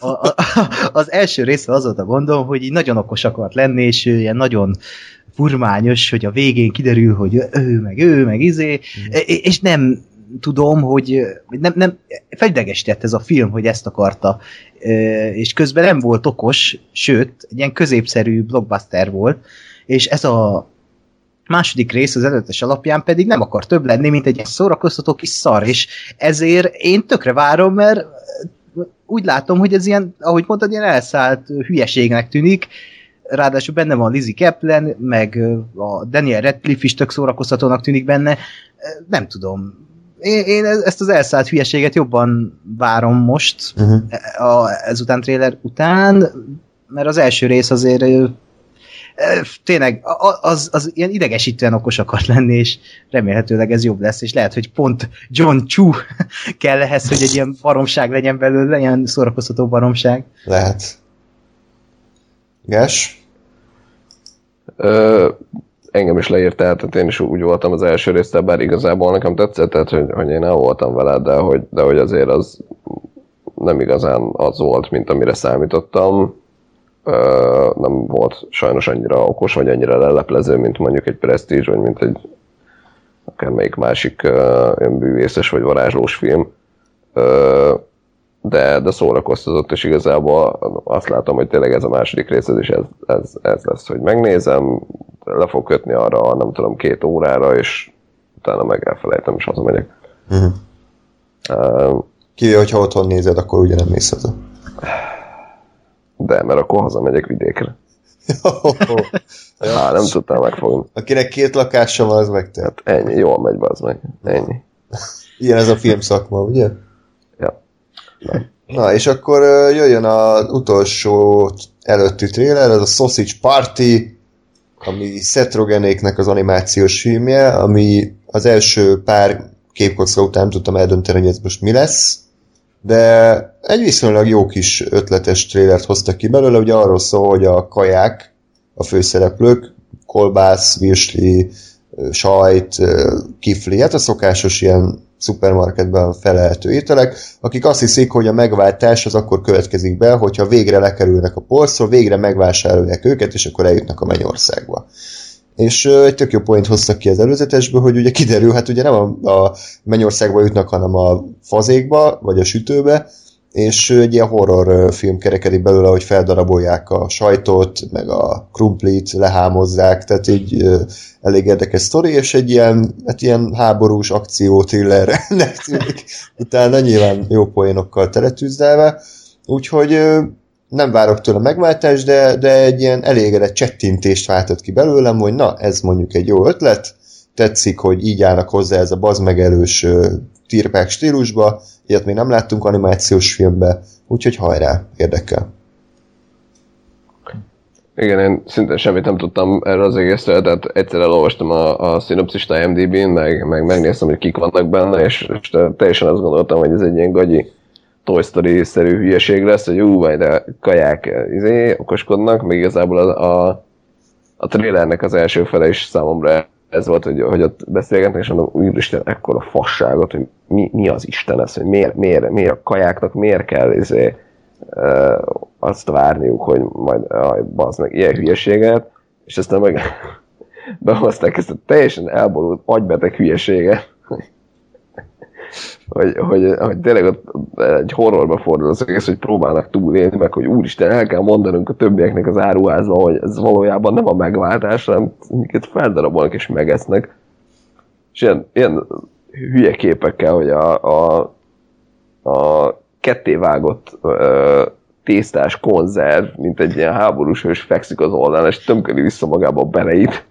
S3: az első része az volt a gondom, hogy így nagyon okos akart lenni, és ilyen nagyon furmányos, hogy a végén kiderül, hogy ő meg és nem tudom, hogy nem felidegesített ez a film, hogy ezt akarta, és közben nem volt okos, sőt, egy ilyen középszerű blockbuster volt, és ez a második rész az előttes alapján pedig nem akar több lenni, mint egy szórakoztató kis szar, és ezért én tökre várom, mert úgy látom, hogy ez ilyen, ahogy mondtad, ilyen elszállt hülyeségnek tűnik, ráadásul benne van Lizzie Kaplan, meg a Daniel Radcliffe is tök szórakoztatónak tűnik benne, nem tudom. Én ezt az elszállt hülyeséget jobban várom most, ezután trailer után, mert az első rész azért tényleg az ilyen idegesítően okos akart lenni, és remélhetőleg ez jobb lesz, és lehet, hogy pont John Chu kell ehhez, hogy egy ilyen baromság legyen belőle, ilyen szórakoztató baromság.
S2: Lehet. Gás?
S4: Engem is leírtál, tehát én is úgy voltam az első résztel, bár igazából nekem tetszett, tehát hogy én el voltam vele, de hogy azért az nem igazán az volt, mint amire számítottam. Nem volt sajnos annyira okos, vagy annyira leleplező, mint mondjuk egy Prestige, vagy mint egy akármelyik másik önbűvészes vagy varázslós film. De szórakoztatott, és igazából azt látom, hogy tényleg ez a második rész, ez lesz, hogy megnézem, le fog kötni arra, nem tudom, 2 órára, és utána meg elfelejtem, és hazamegyek.
S2: Kivéve, hogyha otthon nézed, akkor ugye nem mész haza.
S4: De, mert akkor hazamegyek vidékre. Nem tudtam megfogni.
S2: Akinek 2 lakása van, az megtelt.
S4: Hát ennyi, jól megy be, az meg. Ennyi.
S2: Ilyen ez a filmszakma, ugye?
S4: Ja.
S2: Na, és akkor jöjjön az utolsó előtti trailer, ez a Sausage Party, ami Seth Rogenéknek az animációs filmje, ami az első pár képkocka után nem tudtam eldönteni, hogy ez most mi lesz, de egy viszonylag jó kis ötletes trailert hoztak ki belőle, ugye arról szól, hogy a kaják, a főszereplők, kolbász, virsli, sajt, kifli, hát a szokásos ilyen szupermarketben felelhető ételek, akik azt hiszik, hogy a megváltás az akkor következik be, hogyha végre lekerülnek a polcról, végre megvásárolják őket, és akkor eljutnak a Mennyországba. És egy tök jó point hoztak ki az előzetesből, hogy ugye kiderül, hát ugye nem a Mennyországba jutnak, hanem a fazékba, vagy a sütőbe, és egy ilyen horror film kerekedik belőle, hogy feldarabolják a sajtot, meg a krumplit, lehámozzák, tehát így elég érdekes sztori, és egy ilyen háborús akció thrillernek tűnik. Utána nyilván jó poénokkal teletűzdelve, úgyhogy nem várok tőle megváltást, de egy ilyen elégedett csettintést váltott ki belőlem, hogy na, ez mondjuk egy jó ötlet, tetszik, hogy így állnak hozzá ez a bazmegelős tirpák stílusba, ilyet még nem láttunk animációs filmbe, úgyhogy hajrá, érdekel.
S4: Igen, én szintén semmit nem tudtam erről az egészről, tehát egyszer elolvastam a szinopszist IMDb-n, meg megnéztem, hogy kik vannak benne, és teljesen azt gondoltam, hogy ez egy ilyen gagyi Toy Story-szerű hülyeség lesz, hogy majd de kaják okoskodnak, még igazából a trailernek az első fele is számomra ez volt, hogy ott beszélgetnek, és mondom, úristen, ekkora fasságot, hogy mi az Isten ez, hogy miért a kajáknak miért kell azt várniuk, hogy majd bazd meg ilyen hülyeséget, és aztán meg behozták ezt a teljesen elborult, agybeteg hülyeséget, hogy tényleg ott egy horrorba fordul az egész, hogy próbálnak túlélni, meg hogy úristen, el kell mondanunk a többieknek az áruházban, hogy ez valójában nem a megváltás, hanem minket feldarabolnak és megesznek. És ilyen hülye képekkel, hogy a kettévágott tésztás konzerv, mint egy ilyen háborús hős fekszik az oldalán, és tömködi vissza magába a beleit.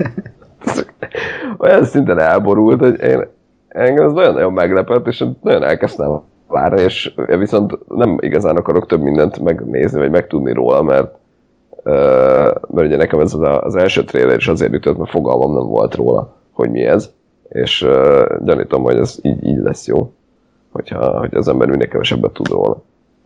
S4: Olyan szinten elborult, hogy engem ez nagyon-nagyon meglepett, és nagyon elkezdtem várni, és viszont nem igazán akarok több mindent megnézni, vagy megtudni róla, mert ugye nekem ez az első trailer is azért ütött, mert fogalmam nem volt róla, hogy mi ez, és gyanítom, hogy ez így lesz jó, hogy az ember minél kevesebbet tud róla.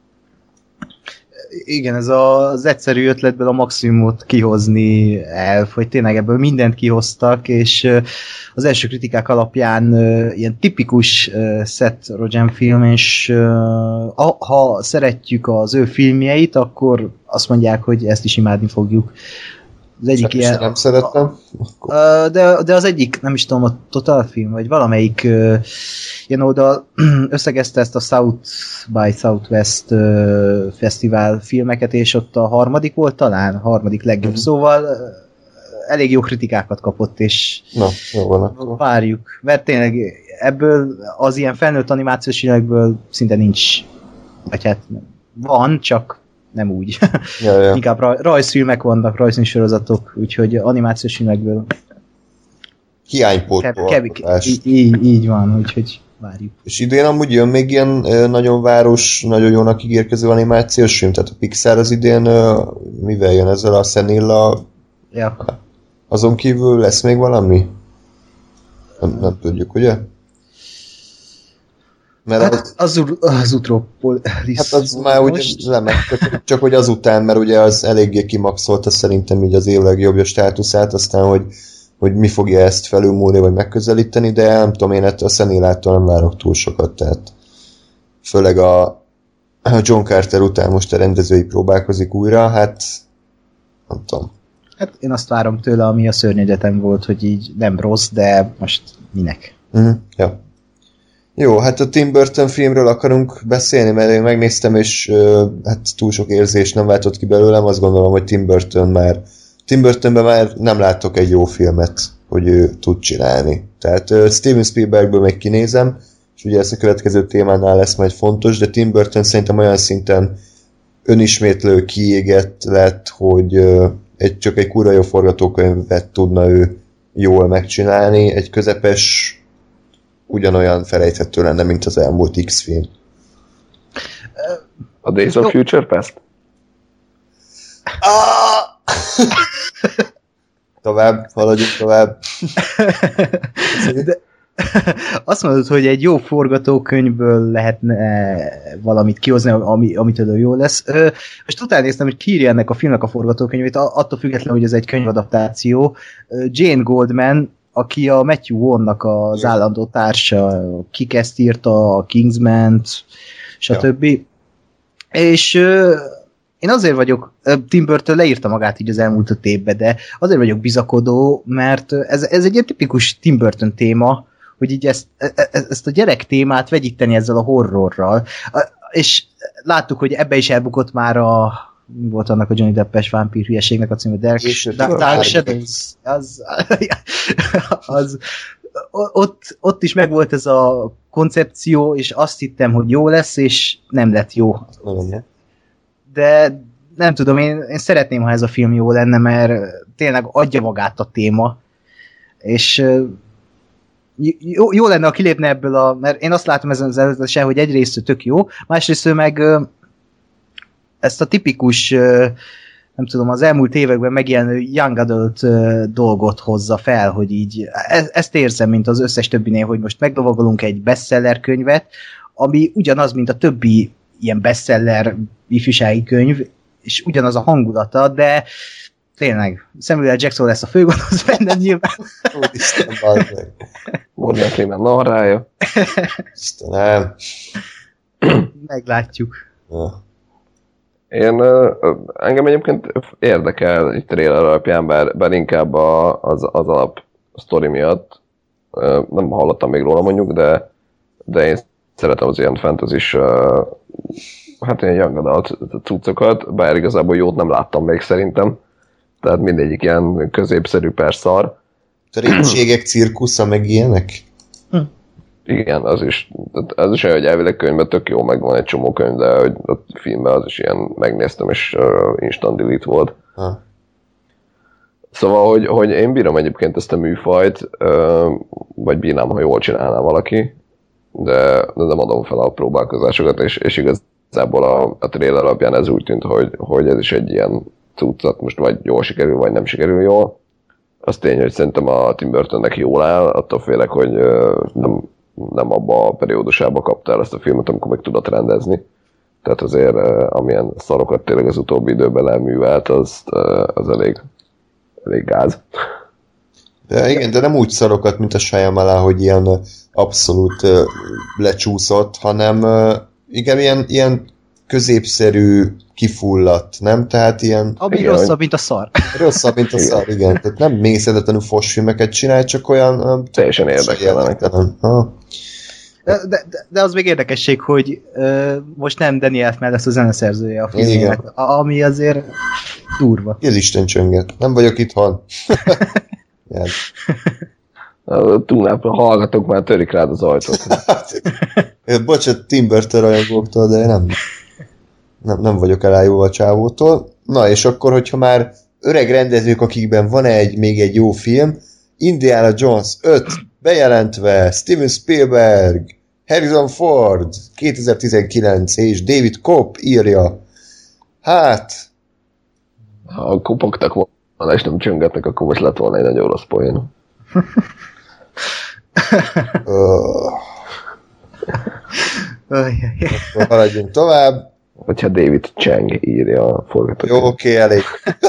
S3: Igen, ez az egyszerű ötletből a maximumot kihozni hogy tényleg ebből mindent kihoztak, és az első kritikák alapján ilyen tipikus Seth Rogen film, és ha szeretjük az ő filmjeit, akkor azt mondják, hogy ezt is imádni fogjuk. Az egyik ilyen,
S2: nem szerettem.
S3: De az egyik, nem is tudom, a Total Film, vagy valamelyik ilyen oldal összegezte ezt a South by Southwest fesztivál filmeket, és ott a harmadik volt talán, a harmadik legjobb, szóval elég jó kritikákat kapott, és
S2: na, jó van.
S3: várjuk, mert tényleg ebből az ilyen felnőtt animációs filmekből szinte nincs, vagy hát van, csak nem úgy. Ja. Inkább rajzfilmek vannak, rajzfilmsorozatok, úgyhogy animációs filmekből
S2: hiánypótol.
S3: Így van, úgyhogy várjuk.
S2: És idén amúgy jön még ilyen nagyon város, nagyon jónak ígérkező animációs film, tehát a Pixar az idén mivel jön ezzel a Szenilla?
S3: Ja.
S2: Azon kívül lesz még valami? Nem tudjuk, ugye? Mert
S3: hát az Utropolis.
S2: Hát az már úgy nem, csak hogy azután, mert ugye az eléggé kimaxolta szerintem így az év legjobbja státuszát, aztán, hogy mi fogja ezt felülmúlni, vagy megközelíteni, de nem tudom, én a Szenillától nem várok túl sokat, tehát főleg a John Carter után most a rendezői próbálkozik újra, hát nem tudom.
S3: Hát én azt várom tőle, ami a Szörnyegyetem volt, hogy így nem rossz, de most minek?
S2: Ja. Jó, hát a Tim Burton filmről akarunk beszélni, mert én megnéztem, és hát túl sok érzés nem váltott ki belőlem, azt gondolom, hogy Tim Burtonben már nem látok egy jó filmet, hogy ő tud csinálni. Tehát Steven Spielbergből még kinézem, és ugye ez a következő témánál lesz majd fontos, de Tim Burton szerintem olyan szinten önismétlő kiégett lett, hogy csak egy kurva jó forgatókönyvet tudna ő jól megcsinálni, egy közepes ugyanolyan felejthető lenne, mint az elmúlt X film.
S4: A Days of Future Past?
S2: Tovább, haladjunk tovább.
S3: De azt mondod, hogy egy jó forgatókönyvből lehetne valamit kihozni, amitől jó lesz. Most utána néztem, hogy ki írja ennek a filmnek a forgatókönyvét, attól függetlenül, hogy ez egy könyvadaptáció. Jane Goldman, aki a Matthew Vaughn-nak az állandó társa, Kick-Ass írta, a Kingsman-t, stb. Ja. És én azért vagyok, Tim Burton leírta magát így az elmúlt 5 évben, de azért vagyok bizakodó, mert ez egy ilyen tipikus Tim Burton téma, hogy így ezt a gyerek témát vegyíteni ezzel a horrorral. És láttuk, hogy ebbe is elbukott már mi volt annak a Johnny Deppes vámpír hülyeségnek a címe? Dark Shadows. Ott is megvolt ez a koncepció, és azt hittem, hogy jó lesz, és nem lett jó. De nem tudom, én szeretném, ha ez a film jó lenne, mert tényleg adja magát a téma, és jó lenne, ha kilépne ebből mert én azt látom ezen az előzetesen, hogy egyrészt tök jó, másrészt meg ezt a tipikus, nem tudom, az elmúlt években megjelenő young adult dolgot hozza fel, hogy így, ezt érzem, mint az összes többinél, hogy most meglovagolunk egy bestseller könyvet, ami ugyanaz, mint a többi ilyen bestseller ifjúsági könyv, és ugyanaz a hangulata, de tényleg, Samuel Jackson lesz a főgonosz benne nyilván.
S2: Úristen, bazd meg.
S4: Morgan Freeman narrája.
S2: Istenem.
S3: Meglátjuk.
S2: Ja.
S4: Engem egyébként érdekel egy trailer alapján, bár inkább az alap sztori miatt. Nem hallottam még róla mondjuk, de én szeretem az ilyen fantasy-s, hát ilyen young adult cuccokat, bár igazából jót nem láttam még szerintem. Tehát mindegyik ilyen középszerű per szar.
S2: A rétségek cirkusza, meg ilyenek?
S4: Igen, az is olyan, hogy elvileg könyvben tök jó, meg van egy csomó könyv, de hogy a filmben az is ilyen, megnéztem, és instant delete volt.
S2: Ha.
S4: Szóval, hogy én bírom egyébként ezt a műfajt, vagy bírnám, ha jól csinálná valaki, de nem adom fel a próbálkozásokat, és igazából a trailer alapján ez úgy tűnt, hogy ez is egy ilyen cuccot, most vagy jól sikerül, vagy nem sikerül jól. Az tény, hogy szerintem a Tim Burtonnek jól áll, attól félek, hogy nem abba a periódusába kapta el ezt a filmet, amikor meg tudott rendezni. Tehát azért amilyen szarokat tényleg az utóbbi időben elművelt, az elég gáz.
S2: De igen, de nem úgy szarokat, mint a Shyamalan, hogy ilyen abszolút lecsúszott, hanem igen, ilyen középszerű, kifulladt, nem? Tehát ilyen...
S3: Ami
S4: igen,
S3: rosszabb, mint a szar.
S2: Rosszabb, mint a szar, igen. Tehát nem mészedetlenül fos filmeket csinál, csak olyan...
S4: Teljesen érdekelnek.
S3: De az még érdekesség, hogy most nem Danny Elfman lesz a zeneszerzője a filmnek, ami azért durva.
S2: Ez Isten csönget. Nem vagyok itthon.
S4: Túlnápra hallgatok, már törik rád az ajtót.
S2: Bocsánat, Tim Burton rajongóktól, de nem vagyok elájulva a csávótól. Na, és akkor, hogyha már öreg rendezők, akikben van még egy jó film, Indiana Jones 5 bejelentve, Steven Spielberg, Harrison Ford, 2019, és David Kopp írja. Hát...
S4: Ha kopogtak volna, és nem csöngetnek, akkor most lett volna egy nagyon rossz poén.
S2: Haladjunk tovább.
S4: Hogyha David Chang írja a forgatókönyvet.
S2: Jó, oké, elég.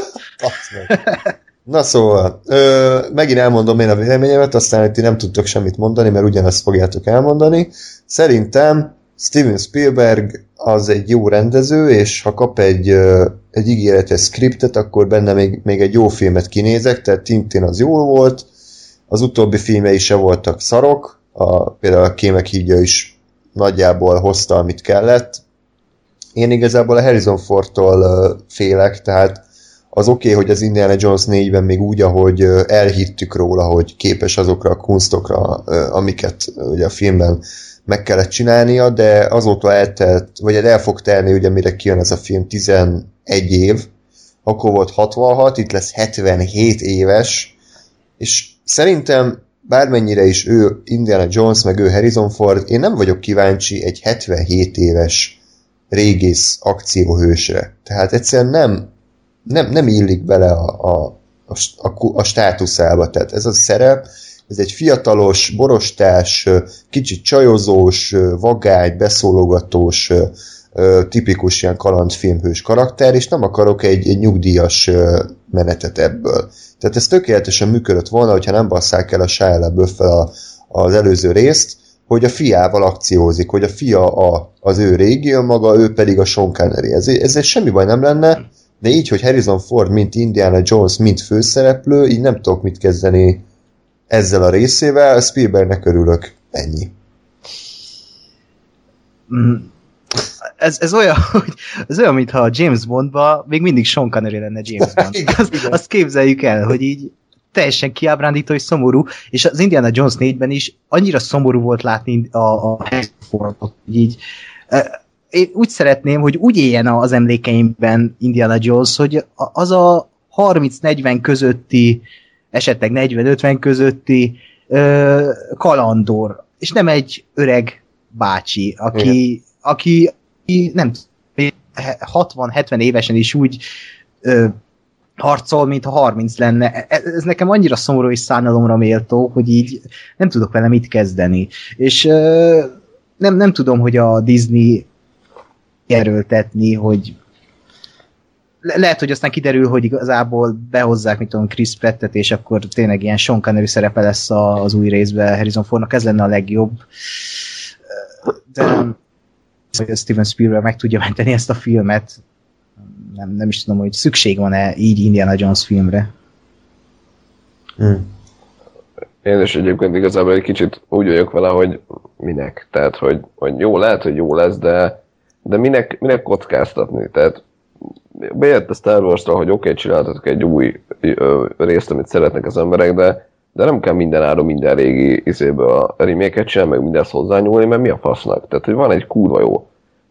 S2: Na szóval, megint elmondom én a véleményemet, aztán ti nem tudtok semmit mondani, mert ugyanezt fogjátok elmondani. Szerintem Steven Spielberg az egy jó rendező, és ha kap egy ígéretes skriptet, akkor benne még egy jó filmet kinézek, tehát Tintin az jó volt, az utóbbi filmei se voltak szarok, például a Kémek hídja is nagyjából hozta, amit kellett. Én igazából a Harrison Fordtól félek, tehát az oké, hogy az Indiana Jones 4-ben még úgy, ahogy elhittük róla, hogy képes azokra a kunstokra, amiket ugye a filmben meg kellett csinálnia, de azóta eltelt, vagy el fog telni, ugye mire kijön ez a film, 11 év, akkor volt 66, itt lesz 77 éves, és szerintem bármennyire is ő Indiana Jones, meg ő Harrison Ford, én nem vagyok kíváncsi egy 77 éves régész akcióhősre. Tehát egyszerűen nem illik bele a státuszába. Tehát ez a szerep, ez egy fiatalos, borostás, kicsit csajozós, vagány, beszólogatós, tipikus ilyen kalandfilmhős karakter, és nem akarok egy nyugdíjas menetet ebből. Tehát ez tökéletesen működött volna, hogyha nem basszák el a Shia LaBeouf-fel az előző részt, hogy a fiával akciózik, hogy a fia az ő régi önmaga, ő pedig a Sean Connery. Ez semmi baj nem lenne, de így, hogy Harrison Ford, mint Indiana Jones, mint főszereplő, így nem tudok mit kezdeni ezzel a részével, Spielbergnek örülök. Ennyi.
S3: Ez olyan, mintha a James Bondban még mindig Sean Connery lenne James Bond. Azt képzeljük el, hogy így teljesen kiábrándító és szomorú, és az Indiana Jones 4-ben is annyira szomorú volt látni a Fordot, így én úgy szeretném, hogy úgy éljen az emlékeimben Indiana Jones, hogy az a 30-40 közötti, esetleg 40-50 közötti kalandor, és nem egy öreg bácsi, aki nem 60-70 évesen is úgy harcol, mintha 30 lenne. Ez nekem annyira szomorú és szánalomra méltó, hogy így nem tudok vele mit kezdeni. És nem tudom, hogy a Disney erőltetni, hogy lehet, hogy aztán kiderül, hogy igazából behozzák, mit tudom, Chris Prattet, és akkor tényleg ilyen Sean Connery szerepe lesz az új részben Harrison Fordnak, ez lenne a legjobb. De hogy Steven Spielberg meg tudja menteni ezt a filmet, nem is tudom, hogy szükség van-e így Indiana Jones filmre.
S4: Én is egyébként igazából egy kicsit úgy vagyok vele, hogy minek. Tehát, hogy jó, lehet, hogy jó lesz, de minek kockáztatni? Tehát bejött a Star Wars-ra, hogy oké, csináltatok egy új részt, amit szeretnek az emberek, de nem kell minden áron minden régi izéből a remake-et csinálni, meg mindenhez hozzányúlni, mert mi a fasznak? Tehát, hogy van egy kurva jó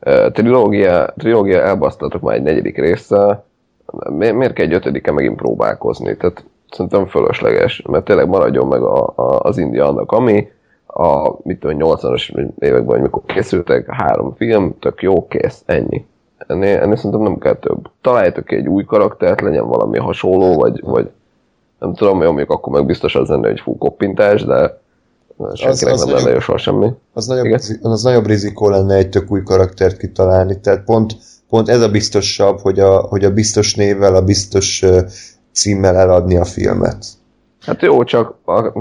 S4: trilógia elbasztatok már egy 4. résszel, miért kell egy 5-en megint próbálkozni? Tehát szerintem fölösleges, mert tényleg maradjon meg az India annak, ami a 80-as években, mikor készültek, 3 film, tök jó, kész, ennyi. Ennél szerintem nem kell több. Találjátok ki egy új karaktert, legyen valami hasonló, vagy nem tudom, jó, még akkor meg biztos az lenne, hogy fú koppintás, de senkinek nem lenne jó semmi.
S2: Az nagyobb rizikó lenne egy tök új karaktert kitalálni, tehát pont ez a biztosabb, hogy a biztos névvel, a biztos címmel eladni a filmet. Hát
S4: jó, csak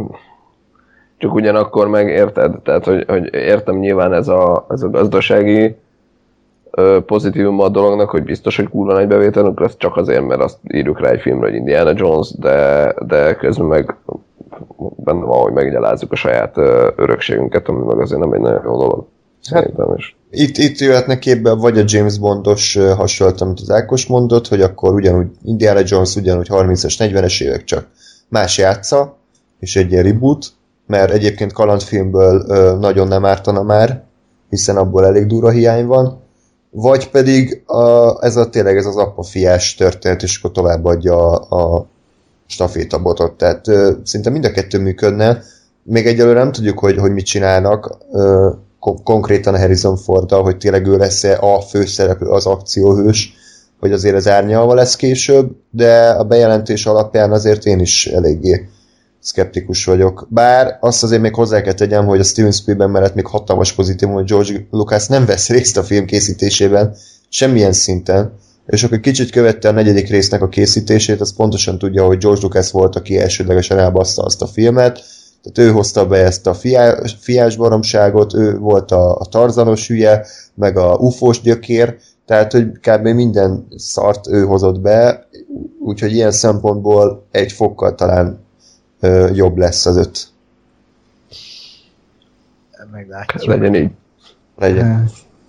S4: ugyanakkor meg érted, tehát hogy értem nyilván ez a gazdasági pozitívum a dolognak, hogy biztos, hogy kurva nagy bevételünk lesz, csak azért, mert azt írjuk rá egy filmre, hogy Indiana Jones, de közben meg benne van, hogy meggyalázzuk a saját örökségünket, ami meg azért nem egy nagyon jó dolog.
S2: Hát, itt jöhetne képbe vagy a James Bondos hasonló, amit az Ákos mondott, hogy akkor ugyanúgy Indiana Jones ugyanúgy 30-es, 40-es évek csak más játsza, és egy ilyen reboot, mert egyébként kalandfilmből nagyon nem ártana már, hiszen abból elég durva hiány van, vagy pedig tényleg ez az apa-fiás történet, és akkor továbbadja a stafétabotot. Tehát szinte mind a kettő működne. Még egyelőre nem tudjuk, hogy mit csinálnak konkrétan a Harrison Forddal, hogy tényleg ő lesz-e a főszereplő, az akcióhős, hogy azért az árnyalva lesz később, de a bejelentés alapján azért én is eléggé szkeptikus vagyok. Bár azt azért még hozzá kell tegyem, hogy a Steven Spielberg mellett még hatalmas pozitívum, hogy George Lucas nem vesz részt a film készítésében, semmilyen szinten, és akkor kicsit követte a 4. résznek a készítését, az pontosan tudja, hogy George Lucas volt, aki elsődlegesen elbassza azt a filmet, tehát ő hozta be ezt a fiás baromságot, ő volt a tarzanos hülye, meg a ufós gyökér, tehát hogy kb. Minden szart ő hozott be, úgyhogy ilyen szempontból egy fokkal talán jobb lesz az 5.
S3: Meglátjuk.
S4: Legyen így.
S2: Legyen.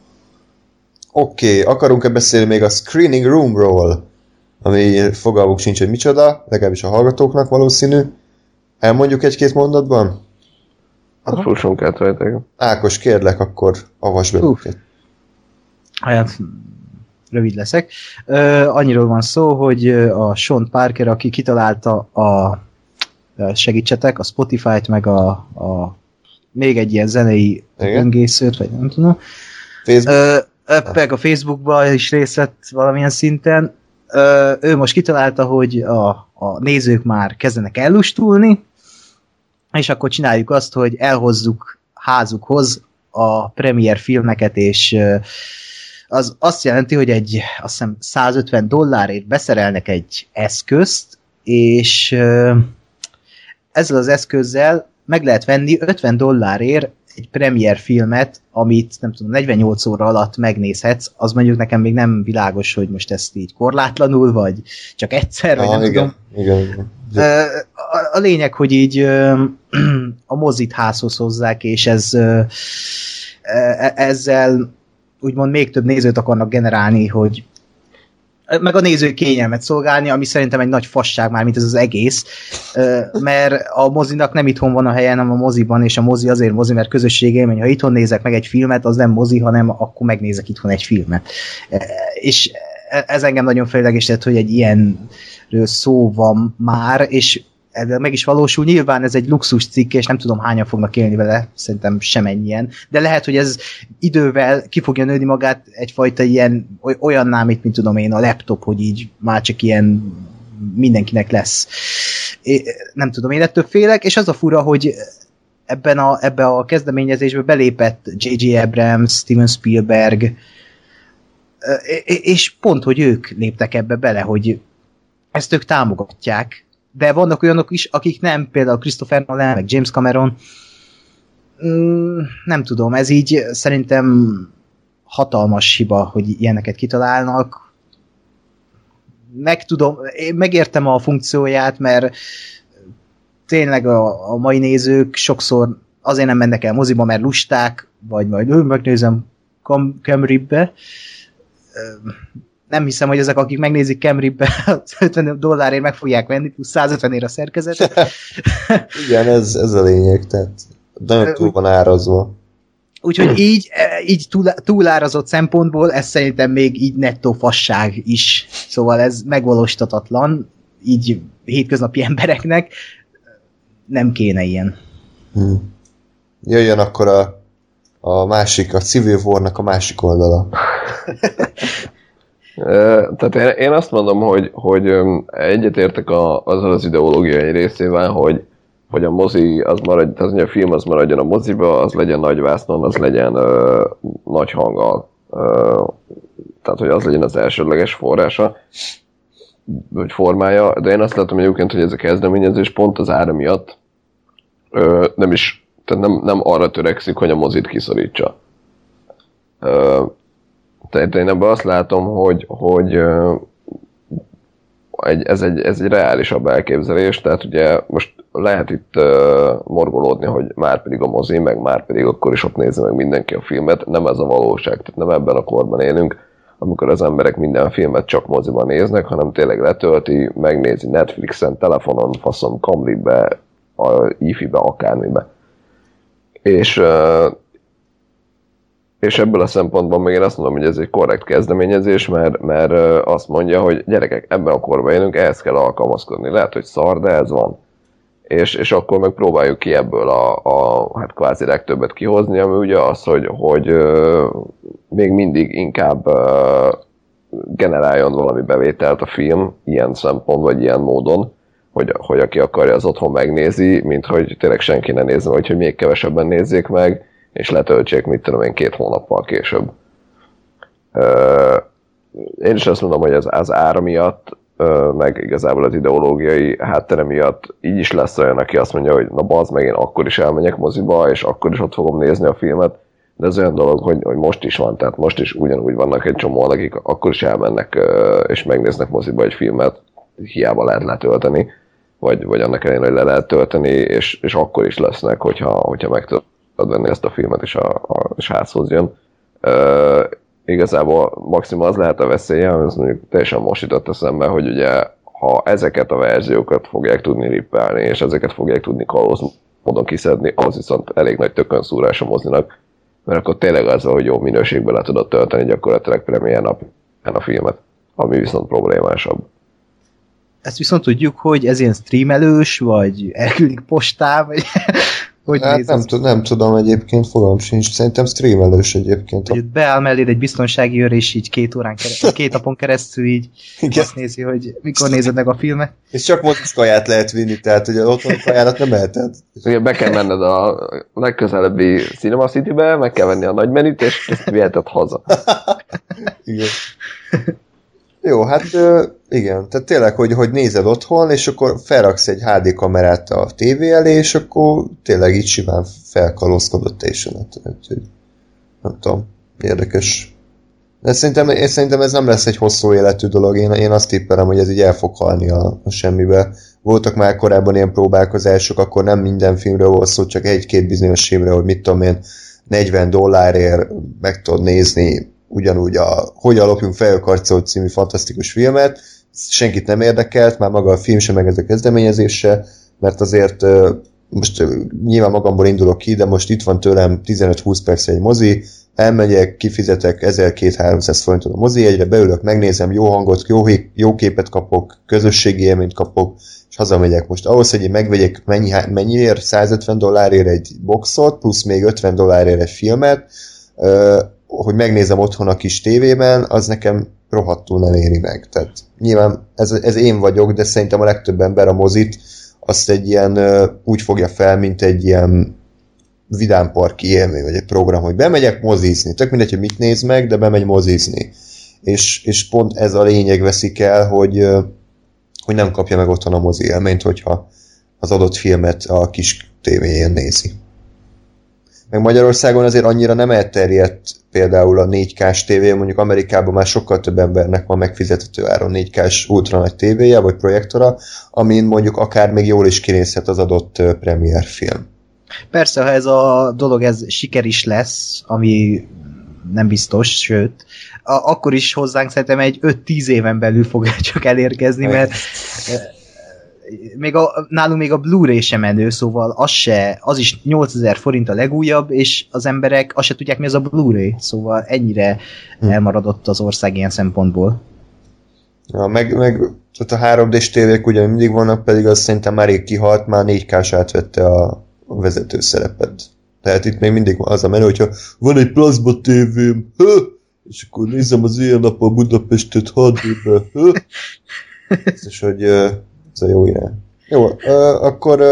S2: Oké, akarunk-e beszélni még a Screening Roomról, ami fogalmuk sincs, hogy micsoda, legalábbis a hallgatóknak valószínű. Elmondjuk egy-két mondatban?
S4: Hát fussunk át rajta.
S2: Ákos, kérlek, akkor avasd be őket.
S3: Hát, rövid leszek. Annyiról van szó, hogy a Sean Parker, aki kitalálta segítsetek, a Spotify-t, meg a még egy ilyen zenei öngészőt, vagy nem tudom. Meg a Facebookban is részt vett valamilyen szinten. Ő most kitalálta, hogy a nézők már kezdenek ellustulni, és akkor csináljuk azt, hogy elhozzuk házukhoz a premier filmeket, és az azt jelenti, hogy azt hiszem $150 beszerelnek egy eszközt, és ezzel az eszközzel meg lehet venni $50 egy premier filmet, amit nem tudom, 48 óra alatt megnézhetsz, az mondjuk nekem még nem világos, hogy most ezt így korlátlanul, vagy csak egyszer, vagy nem
S2: igen,
S3: tudom.
S2: Igen.
S3: A lényeg, hogy így a mozit házhoz hozzák, és ezzel úgymond még több nézőt akarnak generálni, hogy meg a néző kényelmet szolgálni, ami szerintem egy nagy fasság már, mint ez az egész, mert a mozinak nem itthon van a helye, hanem a moziban, és a mozi azért mozi, mert közösségélmény, ha itthon nézek meg egy filmet, az nem mozi, hanem akkor megnézek itthon egy filmet. És ez engem nagyon felidegesített, hogy egy ilyenről szó van már, és ebben meg is valósul. Nyilván ez egy luxus cikk, és nem tudom hányan fognak élni vele, szerintem semennyien, de lehet, hogy ez idővel ki fogja nőni magát egyfajta ilyen olyanná, mint tudom én, a laptop, hogy így már csak ilyen mindenkinek lesz. Nem tudom, én ettől félek, és az a fura, hogy ebbe a kezdeményezésbe belépett J.J. Abrams, Steven Spielberg, és pont, hogy ők léptek ebbe bele, hogy ezt ők támogatják, de vannak olyanok is, akik nem, például Christopher Nolan, meg James Cameron, nem tudom, ez így szerintem hatalmas hiba, hogy ilyeneket kitalálnak. Én megértem a funkcióját, mert tényleg a mai nézők sokszor azért nem mennek el moziba, mert lusták, vagy majd megnézem Cam Ribbe. Nem hiszem, hogy ezek, akik megnézik Cam Ribbe, $50 meg fogják venni, plusz 150 a szerkezet.
S2: Igen, ez a lényeg, tehát nagyon túl van árazva.
S3: Úgyhogy így túlárazott szempontból ez szerintem még így nettó fasság is. Szóval ez megvalósítatlan, így hétköznapi embereknek nem kéne ilyen.
S2: Jöjjön akkor a Civil War-nak a másik oldala.
S4: Tehát én azt mondom, hogy egyetértek azzal az ideológiai részével, hogy a mozi az maradj, tehát a film az maradjon a moziba, az legyen nagy vásznon, az legyen nagy hanggal. Tehát, hogy az legyen az elsődleges forrása, vagy formája, de én azt látom egyébként, hogy ez a kezdeményezés pont az ára miatt nem arra törekszik, hogy a mozit kiszorítsa. Tehát én ebben azt látom, hogy ez egy reálisabb elképzelés, tehát ugye most lehet itt morgolódni, hogy már pedig a mozi, meg már pedig akkor is ott nézze meg mindenki a filmet, nem ez a valóság, tehát nem ebben a korban élünk, amikor az emberek minden filmet csak moziban néznek, hanem tényleg letölti, megnézi Netflixen, telefonon, faszom, Kamlibe, a iFi-be, akármibe. És ebből a szempontból még én azt mondom, hogy ez egy korrekt kezdeményezés, mert azt mondja, hogy gyerekek, ebben a korban élünk, ehhez kell alkalmazkodni. Lehet, hogy szar, de ez van. És akkor meg próbáljuk ki ebből hát kvázi legtöbbet kihozni, ami ugye az, hogy még mindig inkább generáljon valami bevételt a film ilyen szempont, vagy ilyen módon, hogy aki akarja, az otthon megnézi, mint hogy tényleg senki ne nézze, vagy hogy még kevesebben nézzék meg, és letöltsék, mit tudom én, 2 hónappal később. Én is azt mondom, hogy az ára miatt, meg igazából az ideológiai háttere miatt így is lesz olyan, aki azt mondja, hogy na bazd meg, én akkor is elmegyek moziba, és akkor is ott fogom nézni a filmet, de ez olyan dolog, hogy most is van, tehát most is ugyanúgy vannak egy csomó, akik akkor is elmennek és megnéznek moziba egy filmet, hiába lehet letölteni, vagy annak ellenére, hogy le lehet tölteni, és akkor is lesznek, hogyha meg tudod venni ezt a filmet, és házhoz jön. Igazából maximum az lehet a veszélye, ez mondjuk teljesen most jutott eszembe, hogy ugye, ha ezeket a verziókat fogják tudni rippelni, és ezeket fogják tudni kalóz módon kiszedni, az viszont elég nagy tökönszúrás a mozinak, mert akkor tényleg az, hogy jó minőségben le tudod tölteni gyakorlatilag premier napján a filmet, ami viszont problémásabb.
S3: Ezt viszont tudjuk, hogy ez ilyen streamelős, vagy elküldik postá, vagy hogy
S2: hát nem tudom egyébként, fogalmam sincs. Szerintem streamelős egyébként.
S3: Hogy beáll melléd egy biztonsági őr, és így 2 napon keresztül így azt nézi, hogy mikor nézed meg a filmet. És
S2: csak mozis kaját lehet vinni, tehát hogy az otthoni kajárat nem eheted.
S4: Be kell menned a legközelebbi Cinema City-be, meg kell venni a nagy menüt, és ezt viheted haza.
S2: Igen. Jó, hát igen, tehát tényleg, hogy nézed otthon, és akkor felraksz egy HD kamerát a tévé elé, és akkor tényleg így simán felkalózkodott teljesen. Nem tudom, érdekes. De szerintem ez nem lesz egy hosszú életű dolog, én azt tippelem, hogy ez így el fog halni a semmibe. Voltak már korábban ilyen próbálkozások, akkor nem minden filmről volt szó, csak 1-2 bizonyos filmről, hogy mit tudom én, $40 meg tudod nézni ugyanúgy Hogyan lopjunk Fejőkarcolót című fantasztikus filmet, senkit nem érdekelt, már maga a film sem, meg ez a kezdeményezése, mert azért most nyilván magamból indulok ki, de most itt van tőlem 15-20 perc egy mozi, elmegyek, kifizetek 1200-300 forintot a mozi jegyre, beülök, megnézem, jó hangot, jó képet kapok, közösségi élményt kapok, és hazamegyek most. Ahhoz, hogy én megvegyek mennyiért? $150 egy boxot, plusz még $50 egy filmet, hogy megnézem otthon a kis tévében, az nekem rohadtul nem éri meg. Tehát nyilván ez én vagyok, de szerintem a legtöbb ember a mozit azt egy ilyen úgy fogja fel, mint egy ilyen vidámparki élmény, vagy egy program, hogy bemegyek mozizni. Tök mindegy, hogy mit néz meg, de bemegy mozizni. És pont ez a lényeg veszik el, hogy nem kapja meg otthon a mozi élményt, hogyha az adott filmet a kis tévéjén nézi. Meg Magyarországon azért annyira nem elterjedt például a 4K-s tévé, mondjuk Amerikában már sokkal több embernek van megfizethető áron 4K-s ultra nagy tévéje, vagy projektora, amin mondjuk akár még jól is kinézhet az adott premier film.
S3: Persze, ha ez a dolog ez siker is lesz, ami nem biztos, sőt, akkor is hozzánk szerintem egy 5-10 éven belül fog csak elérkezni, mert nálunk még a Blu-ray sem menő, szóval az is 8000 forint a legújabb, és az emberek azt se tudják, mi az a Blu-ray, szóval ennyire elmaradott az ország ilyen szempontból.
S2: Ja, meg tehát a 3D-s tévék ugye mindig vannak, pedig az szerintem már rég kihalt, már 4K-s átvette a vezető szerepet. Tehát itt még mindig az a menő, hogyha van egy plazma tévém, és akkor nézem az ilyen nap a Budapestet HD-be, és hogy ez a jó irány. Jó, akkor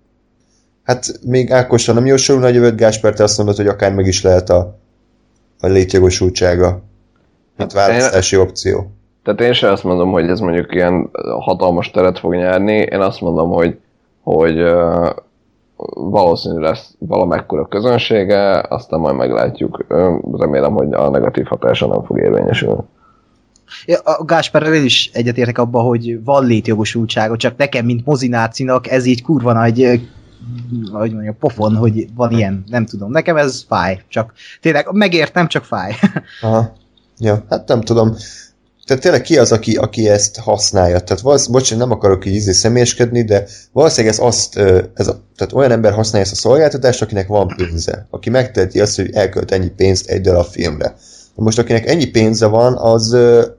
S2: hát még Ákosra nem jósolul nagy jövőt, Gáspár, te azt mondod, hogy akár meg is lehet a létjogosultsága, mint választási opció.
S4: Tehát én sem azt mondom, hogy ez mondjuk ilyen hatalmas teret fog nyerni, én azt mondom, hogy valószínű lesz valamekkora közönsége, aztán majd meglátjuk. Remélem, hogy a negatív hatása nem fog érvényesülni.
S3: Ja, a Gáspárral én is egyetértek abban, hogy van létjogosultsága, csak nekem, mint mozinácinak, ez így kurva nagy hogy mondjam, pofon, hogy van ilyen, nem tudom. Nekem ez fáj, csak tényleg megértem, csak fáj. Aha.
S2: Ja, hát nem tudom. Tehát tényleg ki az, aki ezt használja? Tehát bocsánat, nem akarok így személyeskedni, de valószínűleg tehát olyan ember használja ezt a szolgáltatást, akinek van pénze. Aki megteheti azt, hogy elkölt ennyi pénzt egy darab filmre. Most akinek ennyi pénze van, az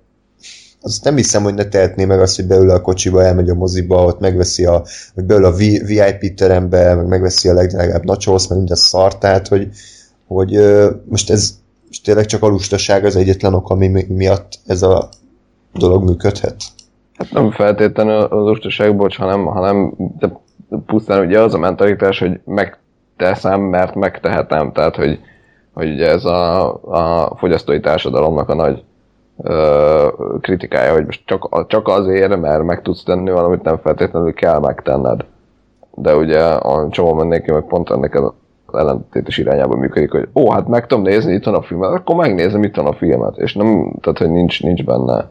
S2: nem hiszem, hogy ne tehetné meg azt, hogy beül a kocsiba, elmegy a moziba, ott megveszi vagy beül a VIP terembe, meg megveszi a legdrágább nachos, meg minden szart, tehát, hogy most ez tényleg csak a lustaság az egyetlen ok, ami miatt ez a dolog működhet?
S4: Hát nem feltétlenül a lustaság, hanem de pusztán ugye az a mentalitás, hogy megteszem, mert megtehetem. Tehát, hogy ugye ez a fogyasztói társadalomnak a nagy kritikája, hogy most csak azért, mert meg tudsz tenni valamit, nem feltétlenül kell megtenned. De ugye a csomó mindenki meg pont ennek az ellentétes irányába működik, hogy hát meg tudom nézni, itt van a filmet, akkor megnézem, itt van a filmet. És nem, tehát, hogy nincs benne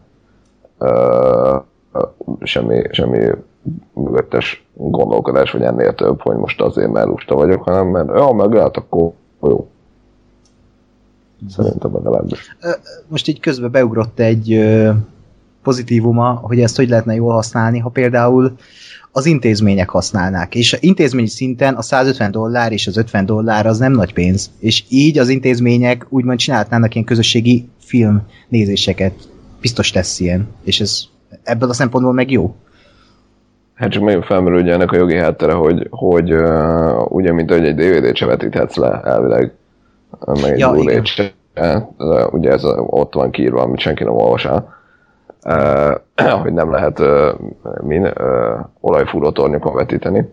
S4: semmi mögöttes gondolkodás, vagy ennél több, hogy most azért, mert lusta vagyok, hanem mert meg lehet, akkor jó. Szerintem legalábbis.
S3: Most így közben beugrott egy pozitívuma, hogy ezt hogy lehetne jól használni, ha például az intézmények használnák. És intézményi szinten a $150 és az $50 az nem nagy pénz. És így az intézmények úgymond csinálhatnának ilyen közösségi filmnézéseket. Biztos lesz ilyen. És ez ebből a szempontból meg jó.
S4: Hát csak megint felmerül ugye ennek a jogi háttere, hogy ugye, mint ahogy egy DVD-t se vetíthetsz le elvileg, meg egy Blu-ray-t se. Ugye ez ott van kiírva, amit senki nem olvasál. Hogy nem lehet olajfúrótornyokon vetíteni.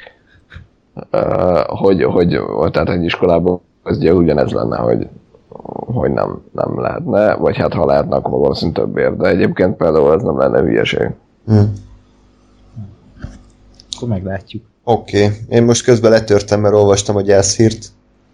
S4: Tehát egy iskolában ez ugye ugyanez lenne, hogy nem lehetne, vagy hát ha lehetne, akkor valószínűleg többért. De egyébként például ez nem lenne hülyeség.
S3: Akkor meglátjuk.
S2: Oké. Én most közben letörtem, mert olvastam a gyászhírt.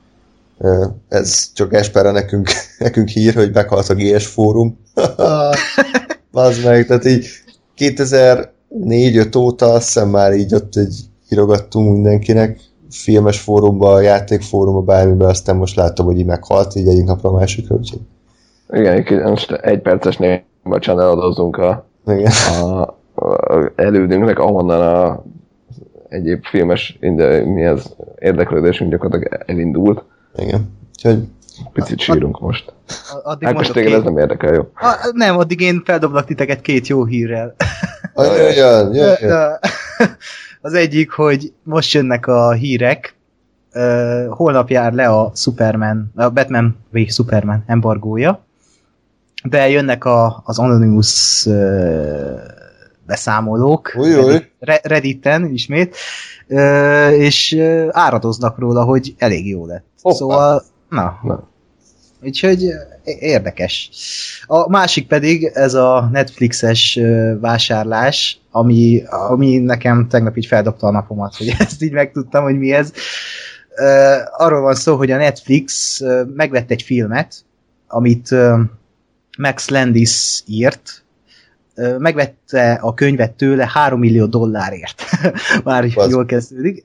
S2: Ez csak Gáspárra nekünk hír, hogy meghalt a GS fórum. Bazd meg, tehát így 2004-5 óta azt hiszem már így ott írogattunk mindenkinek, filmes fórumba, játékfórumba, bármiben, aztán most láttam, hogy így meghalt, így egyik napra a másikra, úgyhogy.
S4: Igen, most egy perces névbacsán eladózzunk a elődünknek, ahonnan egyéb filmes érdeklődésünk gyakorlatilag elindult.
S2: Igen. Úgyhogy
S4: picit sírunk most. Hát most téged ez nem érdekel, jó?
S3: Nem, addig én feldoblak titeket 2 jó hírrel.
S2: Jöjjön.
S3: Az egyik, hogy most jönnek a hírek, holnap jár le a Batman v Superman embargója, de jönnek az Anonymous beszámolók Redditen ismét, és áradoznak róla, hogy elég jó lett.
S4: Hoppá.
S3: Szóval, na. Úgyhogy érdekes. A másik pedig ez a Netflixes vásárlás, ami nekem tegnap így feldobta a napomat, hogy ezt így megtudtam, hogy mi ez. Arról van szó, hogy a Netflix megvett egy filmet, amit Max Landis írt, megvette a könyvet tőle $3 millió. Már jól kezdődik.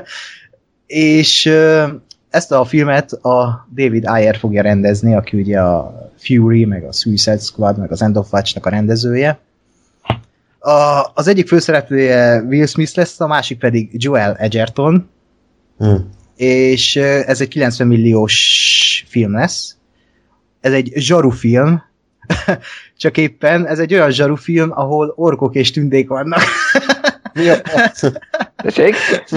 S3: És ezt a filmet a David Ayer fogja rendezni, aki ugye a Fury, meg a Suicide Squad, meg az End of Watch-nak a rendezője. Az egyik főszereplője Will Smith lesz, a másik pedig Joel Edgerton, és ez egy 90 milliós film lesz. Ez egy zsarufilm, csak éppen ez egy olyan zsarufilm, ahol orkok és tündék vannak.
S2: Mi a
S4: Tessék?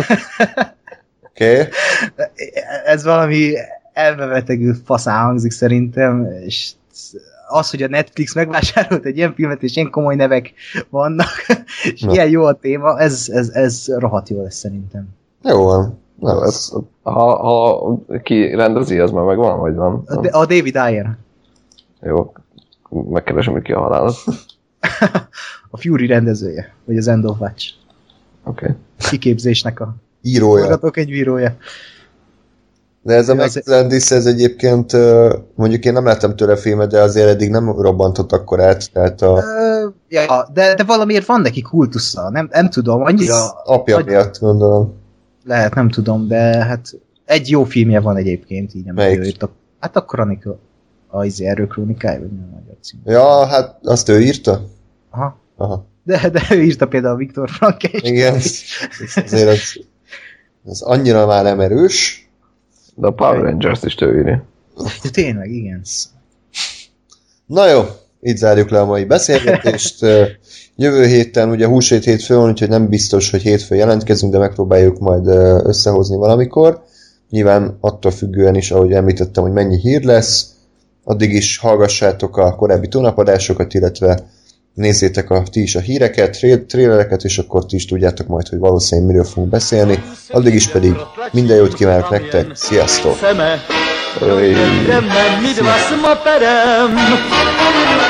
S2: Oké.
S3: Ez valami elmebetegül faszán hangzik szerintem, és az, hogy a Netflix megvásárolt egy ilyen filmet, és ilyen komoly nevek vannak, és ilyen jó a téma, ez rohadt jó lesz szerintem.
S2: Jó van.
S4: Ha ki rendezi, az már megvan, vagy van?
S3: A David Ayer.
S4: Jó, megkeresem, hogy ki a halálat.
S3: A Fury rendezője, vagy az End of Watch.
S4: Oké.
S3: Kiképzésnek a
S2: Írója.
S3: forgatókönyvírója.
S2: De ez a Max Landis, ez egyébként, mondjuk én nem láttam tőle filmet, de azért eddig nem robbantott akkor át, tehát
S3: ja, de valamiért van neki kultusza, nem tudom, annyira...
S2: Apja miatt gondolom.
S3: Lehet, nem tudom, de hát egy jó filmje van egyébként, így nem írta. Hát a Chronicle, az Erőkrónikája, vagy nem a magyar cím.
S2: Ja, hát azt ő írta?
S3: Aha. De ő írta például a Viktor Frankest.
S2: Igen, azért ez annyira már nem erős.
S4: De a Power Rangers is ő írja.
S3: Tényleg, igen.
S2: Na jó, így zárjuk le a mai beszélgetést. Jövő héten, ugye húsvét hétfő van, úgyhogy nem biztos, hogy hétfőn jelentkezünk, de megpróbáljuk majd összehozni valamikor. Nyilván attól függően is, ahogy említettem, hogy mennyi hír lesz. Addig is hallgassátok a korábbi tónapadásokat, illetve nézzétek ti is a híreket, trélereket, és akkor ti is tudjátok majd, hogy valószínűleg miről fogunk beszélni. Addig is pedig minden jót kívánok nektek, sziasztok!
S1: Mit vás ma perem?